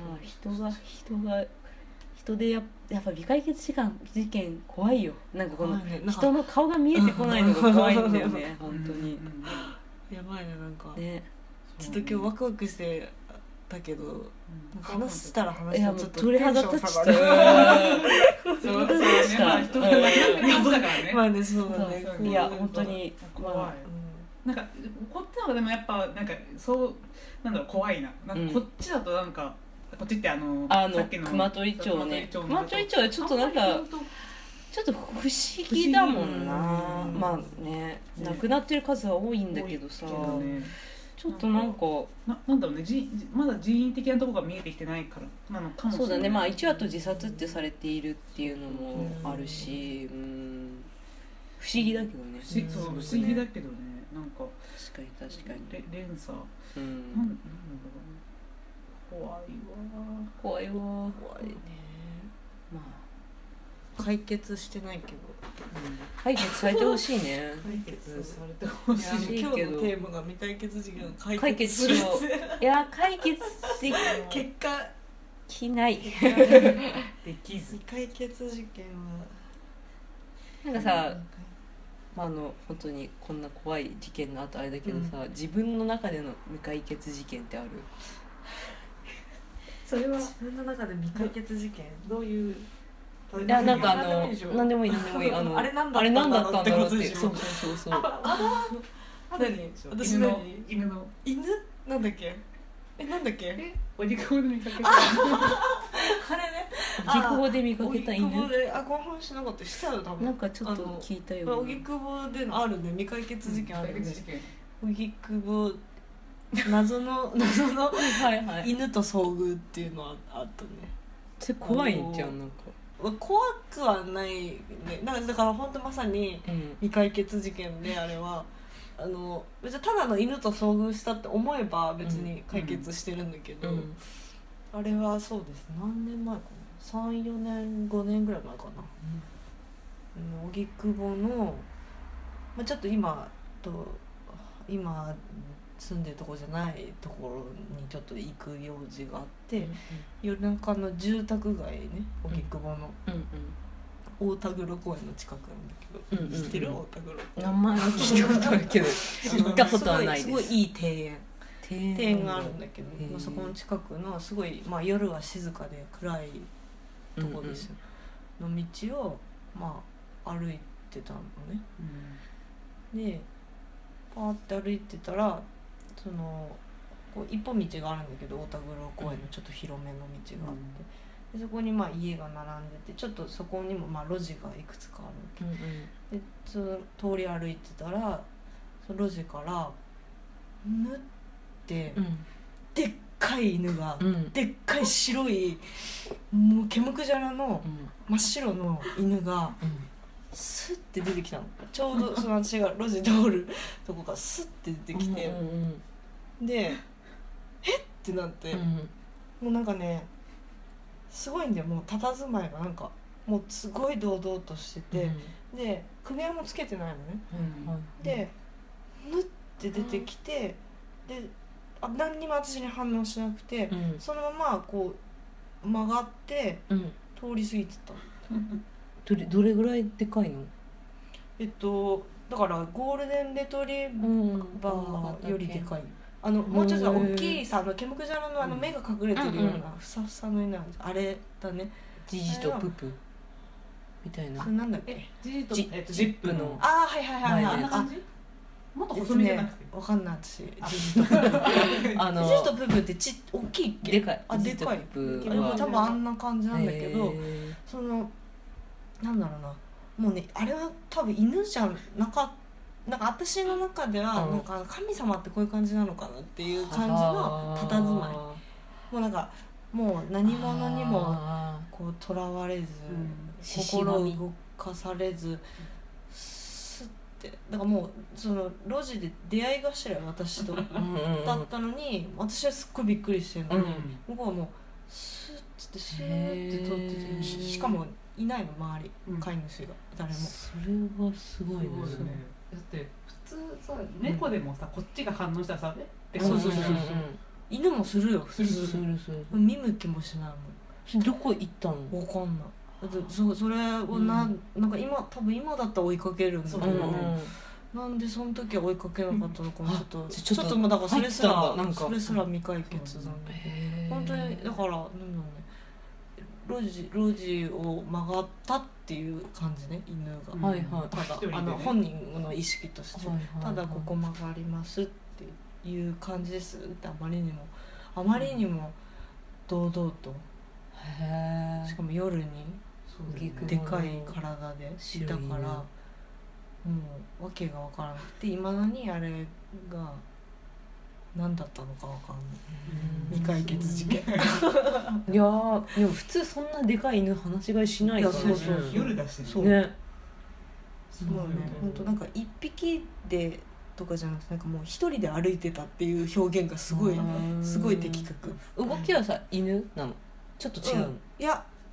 人でやっぱ未解決事件怖いよ。なんかこの人の顔が見えてこないのが怖いんだよね本当に。 やばいね、なんかね、ちょっと今日ワクワクしてたけど、話したら話したらちょっと鳥肌立ちた。 まあね、そうだね。 いや本当に怖い。なんかこっちの方がでもやっぱなんかそうなんだろう、怖いな。なんかこっちだとなんかこっちってさっきの熊取町ね。熊取町はちょっとなんかちょっと不思議だもんな。まあね、亡くなってる数は多いんだけどさ、ちょっとなんかなんだろうね、まだ人為的なところが見えてきてないからなのかもしれない。 そうだね、まあ一話と自殺ってされているっていうのもあるし、不思議だけどね。 そう不思議だけどね、なんか確かに連鎖、なんだろう、怖いね。 まあ解決してないけど、 解決されてほしいね。 解決されてほしい。 今日のテーマが未解決事件を解解決する決しよう。いや解決で結果きない。 できず。 未解決事件はなんかさ、本当にこんな怖い事件の後あれだけどさ、自分の中での未解決事件ってある？ それは自分の中で未解決事件どういう？ いやなんか何でもいい何でもいいあれなんだったんだろうって。 ことでしょそうそうそう。 何？私犬何？ の犬？なんだっけ？なんだっけ？ お肉を見かけた。 あれね。 荻窪で見かけた犬。 荻窪でこの話しなかったしたよ多分。 なんかちょっと聞いたよ。 荻窪であるね未解決事件あるね。 事件。 荻窪謎のはいはい。 犬と遭遇っていうのはあったね。 それ怖いんじゃんなんか。 怖くはないね。だから本当まさに未解決事件であれは別にただの犬と遭遇したって思えば別に解決してるんだけど、あれはそうです何年前かな3、4年5年ぐらい前かな、荻窪の、ちょっと今住んでるところじゃないところにちょっと行く用事があって、夜中の住宅街ね荻窪の、大田黒公園の近くなんだけど、知ってる？大田黒公園名前は聞いたことあるけど行ったことはないです。 すごいいい庭園があるんだけど、そこの近くのすごい、夜は静かで暗いとこですよ、の道を歩いてたのね、でパーって歩いてたらこう一本道があるんだけど大田黒公園のちょっと広めの道があって、でそこに家が並んでてちょっとそこにも路地がいくつかあるわけ、でその通り歩いてたらその路地からぬってでっかい犬が、でっかい白いもう毛むくじゃらの真っ白の犬がスッて出てきたの。ちょうどその私が路地通るとこからスッて出てきて、でえってなって、もうなんかねすごいんだよ。もう佇まいがなんかもうすごい堂々としてて、で首輪もつけてないのね、でぬって出てきて、で何にも私に反応しなくて、そのままこう曲がって通り過ぎてた。 どれぐらいでかいの？ だからゴールデンレトリバーよりでかい。もうちょっと大きいさ毛むくじゃらの目が隠れてるようなふさふさの犬なんです。あれだね。 ジジとププみたいな。 それなんだっけ？ ジジとジップの。 はいはいはいはい。 あんな感じ？もっと細身じゃなくて。 わかんない私。ジジとププ。ジジとププって大きいっけ？ でかい。 でかい。でも多分あんな感じなんだけど、なんだろうな。もうねあれは多分犬じゃなかった。なんか私の中ではなんか神様ってこういう感じなのかなっていう感じの佇まい。もうなんかもう何者にもこうとらわれず、心を動かされずスッてだからもうその路地で出会い頭私とだったのに私はすっごいびっくりしてるのに、向こうはもうスッてスーッて通ってて、しかもいないの周り、飼い主が誰も。 それはすごいね。 だって普通さ猫でもさこっちが反応したらさってそう犬もするよ。 する見向きもしないもん。どこ行ったの？ わかんない。だってそれをなんか多分今だったら追いかけるんだけど、なんでその時は追いかけなかったのかもちょっともうだからそれすら未解決なんだけど、本当にだからなんだろうね、路地を曲がったっていう感じね、犬が。ただ本人の意識としてただここ曲がりますっていう感じですってあまりにも堂々と、しかも夜にでかい体でいたから、もう訳が分からなくて、いまだにあれが何だったのか分かんない。未解決事件。 いや普通そんなでかい犬放し飼いしないからね。 夜だしね。 すごいね。本当なんか一匹でとかじゃなくて、なんかもう一人で歩いてたっていう表現がすごい的確。 動きはさ犬なの？ちょっと違うの？ いや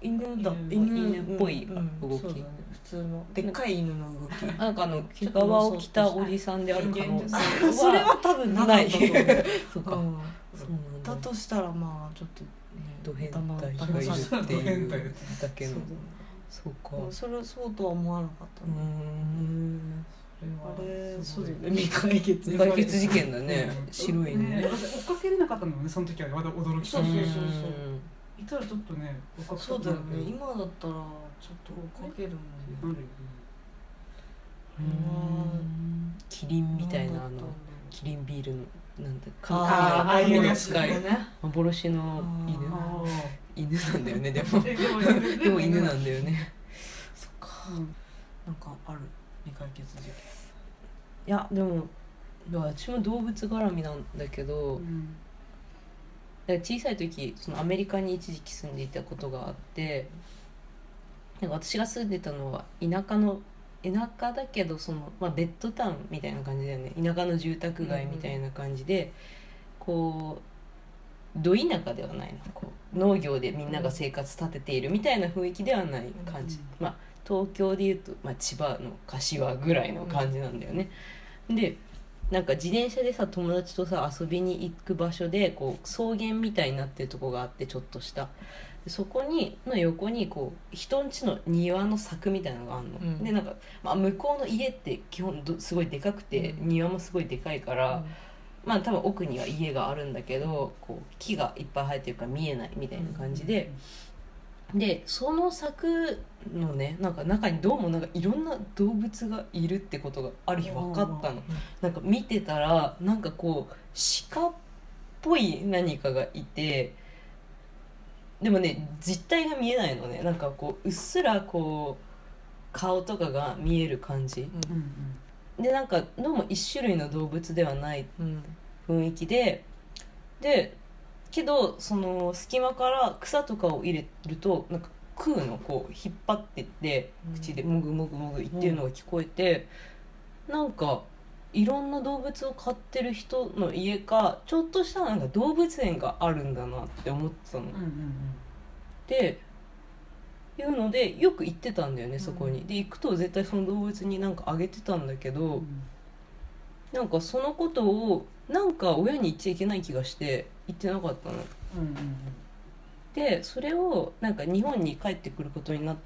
犬だ、 犬っぽい動き、 そうだね、普通のでっかい犬の動き。 なんか毛皮を着たおじさんである可能性はそれは多分なかったと思う。 そうか、 うんそうなんだ。 だとしたらまあちょっとね、 ド変態がいるっていうだけの。そうか。 それはそうとは思わなかったね。あれそうだよね、未解決事件だね。白いね。 追っかけれなかったのもね、その時はまだ驚き。 そういたらちょっとね、 そうだよね、今だったらちょっと追っかけるもんね。 キリンみたいなキリンビールのなんだああいうやつが幻の犬なんだよね。でも犬なんだよね。そっか。 なんかある未解決事件。 いやでも私も動物絡みなんだけど、だから小さい時そのアメリカに一時期住んでいたことがあって、なんか私が住んでたのは田舎だけどベッドタウンみたいな感じだよね。田舎の住宅街みたいな感じで、こうど田舎ではないの、こう農業でみんなが生活立てているみたいな雰囲気ではない感じ、東京でいうと、千葉の柏ぐらいの感じなんだよね。でなんか自転車でさ友達とさ遊びに行く場所でこう草原みたいになってるとこがあって、ちょっとしたそこの横にこう人ん家の庭の柵みたいなのがあるの、でなんか、向こうの家って基本すごいでかくて、庭もすごいでかいから、多分奥には家があるんだけど、こう木がいっぱい生えてるから見えないみたいな感じで、でその柵のねなんか中にどうもなんかいろんな動物がいるってことがある日分かったの。なんか見てたらなんかこう鹿っぽい何かがいて、でもね実体が見えないのね。なんかこううっすらこう顔とかが見える感じ、でなんかどうも一種類の動物ではない雰囲気で、けどその隙間から草とかを入れるとなんか食うのこう引っ張ってって口でもぐもぐもぐ言ってるのが聞こえて、なんかいろんな動物を飼ってる人の家かちょっとしたなんか動物園があるんだなって思ってたの、でいうのでよく行ってたんだよね、そこに。で行くと絶対その動物になんかあげてたんだけど、なんかそのことをなんか親に言っちゃいけない気がして言ってなかったの、でそれをなんか日本に帰ってくることになって、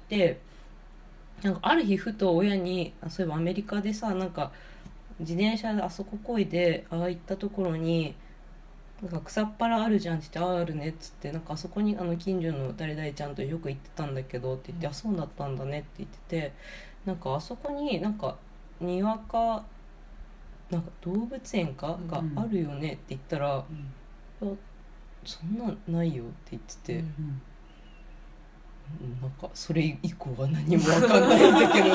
なんかある日ふと親にそういえばアメリカでさなんか自転車であそここいでああ行ったところになんか草っぱらあるじゃんって言って、あるねっつって、なんかあそこに近所の誰々ちゃんとよく行ってたんだけどって言って、あそうだったんだねって言ってて、なんかあそこになんか庭かなんか動物園かがあるよねって言ったら、いやそんなんないよって言ってて、なんかそれ以降は何も分かんないんだけど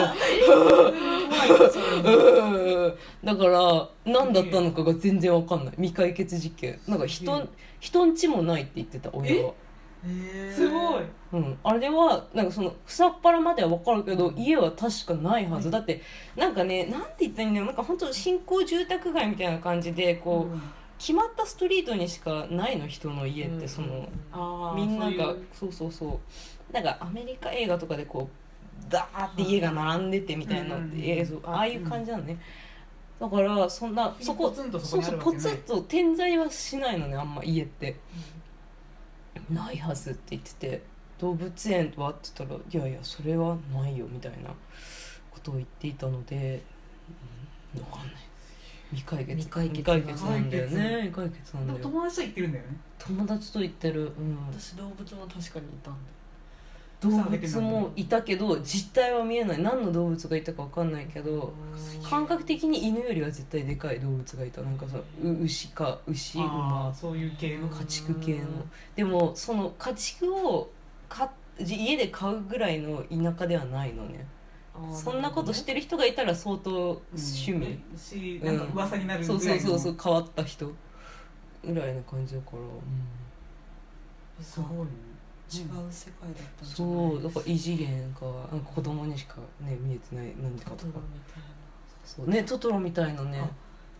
だから何だったのかが全然分かんない。未解決事件。なんか人ん家もないって言ってた親は。 すごい、 あれはなんかその草っぱらまでは分かるけど、家は確かないはず、だってなんかね、なんて言ったらいいんだよ、なんか本当新興住宅街みたいな感じでこう、決まったストリートにしかないの人の家って、そのみんながそうなんかアメリカ映画とかでこうダーって家が並んでてみたいな映像、ああいう感じなのね。だからそんなそこポツンと点在はしないのね、あんま家って、ないはずって言ってて、動物園はって言ったらいやいやそれはないよみたいなことを言っていたので、分かんない。未解決なんだよね。未解決なんだよ。 友達と行ってるんだよね。 友達と行ってる、 私動物も確かにいたんだ。 動物もいたけど実態は見えない。何の動物がいたか分かんないけど、感覚的に犬よりは絶対でかい動物がいた。なんかさ牛馬、 そういう系の家畜系の。でもその家畜を家で飼うぐらいの田舎ではないのね。そんなことしてる人がいたら相当趣味、 なんか噂になるぐらいの、 そう変わった人ぐらいな感じだから、 すごいね。違う世界だったんじゃないですか。 そうだから異次元か、なんか子供にしかね見えてない何かとか、そうね、トトロみたいなね。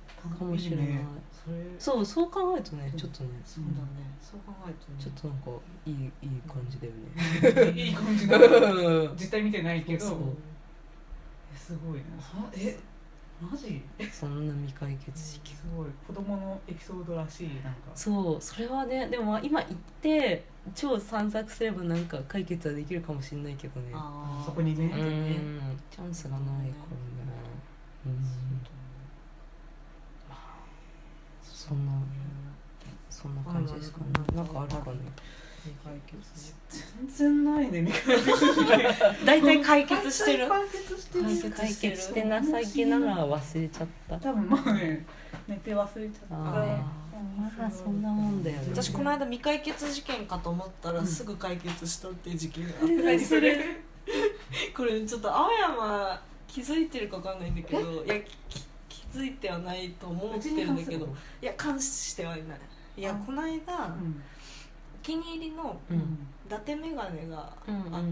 かもしれない。そう考えるとね、ちょっとね、 そうだね、そう考えるとね、 ちょっとなんかいい感じだよね。 いい感じだ。実態見てないけど、すごいな。マジ？ そんな未解決事件。 すごい子供のエピソードらしい。なんかそう、それはね、でも今行って超散策すればなんか解決はできるかもしれないけどね。 そこにね、 チャンスがないからね。そんな感じですかね。なんかあるかね。 未解決全然ないね。未解決事件。 大体解決してる。 解決してなさげなら忘れちゃった。 多分まあね、寝て忘れちゃった。 まだそんなもんだよね。 私この間未解決事件かと思ったらすぐ解決したっていう事件があったりする。これちょっと青山気づいてるか分かんないんだけど、いや気づいてはないと思ってるんだけど、いや関してはいない。いやこの間、お気に入りの伊達メガネがあって、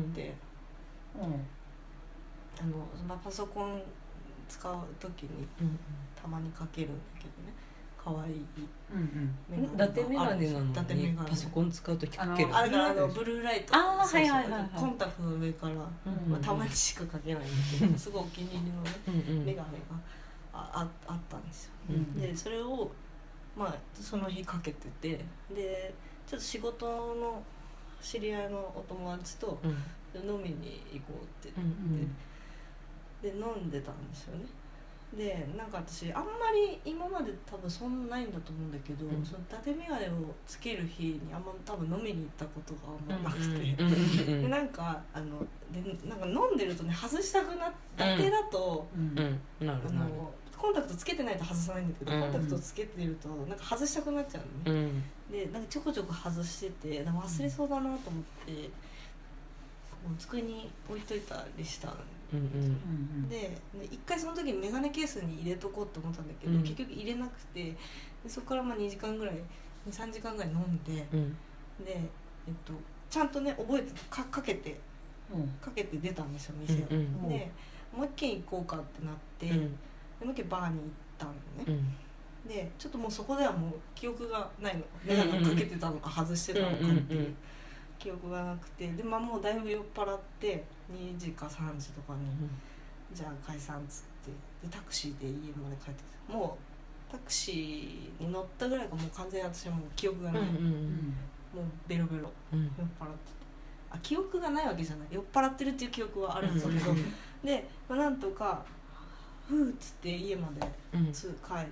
パソコン使う時にたまにかけるんだけどね、可愛い伊達メガネなのにパソコン使う時かける。 だからブルーライト、コンタクトの上からたまにしかかけないんだけど、すごいお気に入りのねメガネがあったんですよ。でそれをその日かけてて、でちょっと仕事の知り合いのお友達と飲みに行こうって言ってで飲んでたんですよね。でなんか私あんまり今まで多分そんなないんだと思うんだけど、その伊達メガネをつける日にあんま多分飲みに行ったことがあんまなくて、でなんか飲んでるとね外したくなっただけだと、コンタクトつけてないと外さないんだけど、コンタクトつけてるとなんか外したくなっちゃうのね。でなんかちょこちょこ外してて忘れそうだなと思ってもう机に置いといたりしたの。で一回その時にメガネケースに入れとこうと思ったんだけど、結局入れなくて、でそこから2時間ぐらい3時間ぐらい飲んで、でちゃんとね覚えてかけて出たんですよ店を。でもう一軒行こうかってなって、でもう一軒バーに行ったのね。でちょっともうそこではもう記憶がないの、メガネをかけてたのか外してたのかっていう記憶がなくて、でもうだいぶ酔っ払って2時か3時とかに、じゃあ解散っつってでタクシーで家まで帰ってきて、もうタクシーに乗ったぐらいがもう完全に私はもう記憶がない、もうベロベロ、酔っ払ってて、記憶がないわけじゃない、酔っ払ってるっていう記憶はあるんだけど、で、なんとかふーっつって家まで帰って、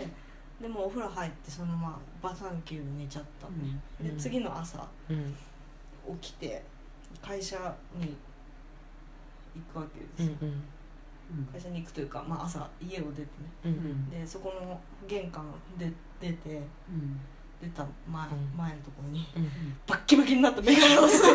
でもうお風呂入ってそのままバタンキューで寝ちゃったのね。で次の朝、起きて会社に行くわけですよ。会社に行くというか、朝家を出てね、でそこの玄関で出た前のところに、バッキバキになったメガネをして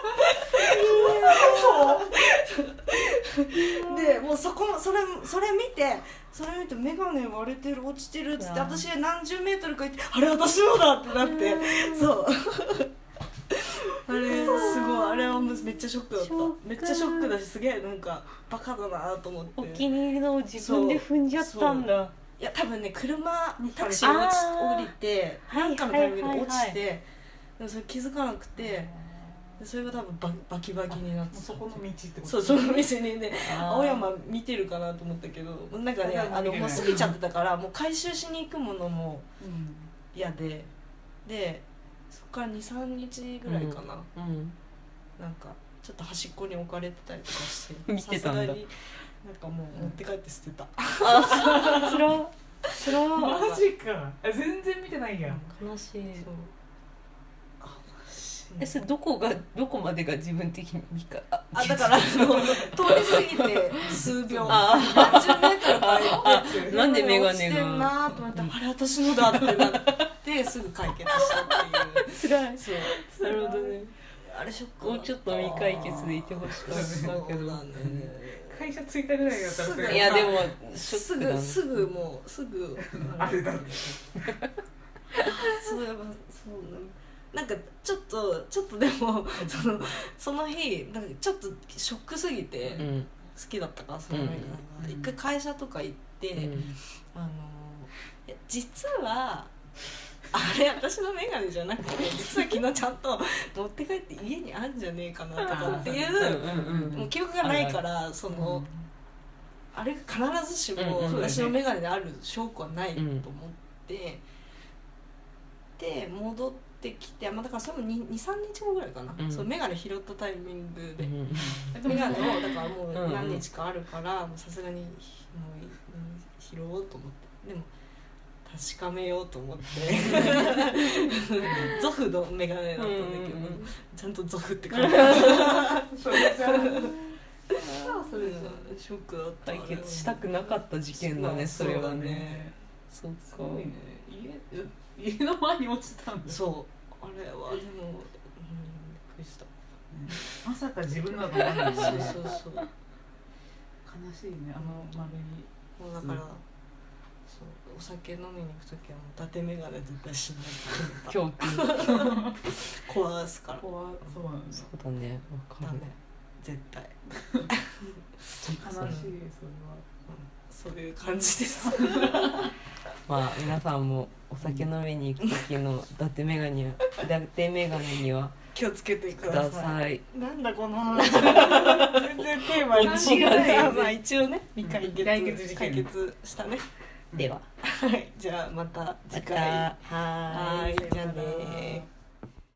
でもうそれ見てメガネ割れてる落ちてるっつって、私は何十メートルか行って、あれ私のだってなって、そうあれすごい、あれはめっちゃショックだった。めっちゃショックだし、すげえなんかバカだなと思って。 お気に入りのを自分で踏んじゃったんだ。 いや多分ね、タクシー降りて何かのタイミングで落ちて、でもそれ気づかなくて、それが多分バキバキになって、 そこの道ってこと。 そう、その店にね、青山見てるかなと思ったけど、なんかね、もう過ぎちゃってたから、もう回収しに行くものも嫌で、でそっから 2,3 日ぐらいかな、なんかちょっと端っこに置かれてたりとかして見てたんだ。 さすがになんかもう持って帰って捨てた。 それはマジか。全然見てないやん。 悲しい。それどこまでが自分的にだから通り過ぎて数秒、何十メートルか行って、 なんでメガネが落ちてんなと思って、あれ私のだってなってすぐ解決したっていう。 辛い。 そう、 なるほどね。 あれショック。 もうちょっと未解決でいてほしかったけど。 会社着いたぐらいだったら、 いやでもすぐあれだって。 そうやっぱそうなんかちょっとでもその日なんかちょっとショックすぎて好きだったから、その映画が一回会社とか行って、 実はあれ私のメガネじゃなくて実は昨日ちゃんと持って帰って家にあんじゃねえかなとかっていうもう記憶がないからそのあれが必ずしも私のメガネである証拠はないと思ってで戻ってきてだからそれも 2,3 日後ぐらいかなそうメガネ拾ったタイミングでメガネをだからもう何日かあるからさすがにもう拾おうと思ってでも確かめようと思ってゾフのメガネだったんだけど、ちゃんとゾフって書いてあったそれじゃショックだった。 解決したくなかった事件だねそれはね。 そっかすごいね。家の前に落ちたんだ。 そうあれはでも、びっくりした、 まさか自分のだと思わないよね。 そう悲しいね丸いもうだから、そうお酒飲みに行くときはもう伊達メガネ絶対しない教訓壊すからそうなんだ。 そうだねわかるね絶対悲しいそれは、 そういう感じですまあ皆さんもお酒飲みに行く時の伊達メガネには気をつけてください。 なんだこの話全然テーマに違う。まあ一応ね解決したね。 でははいじゃあまた次回。 はいじゃあね。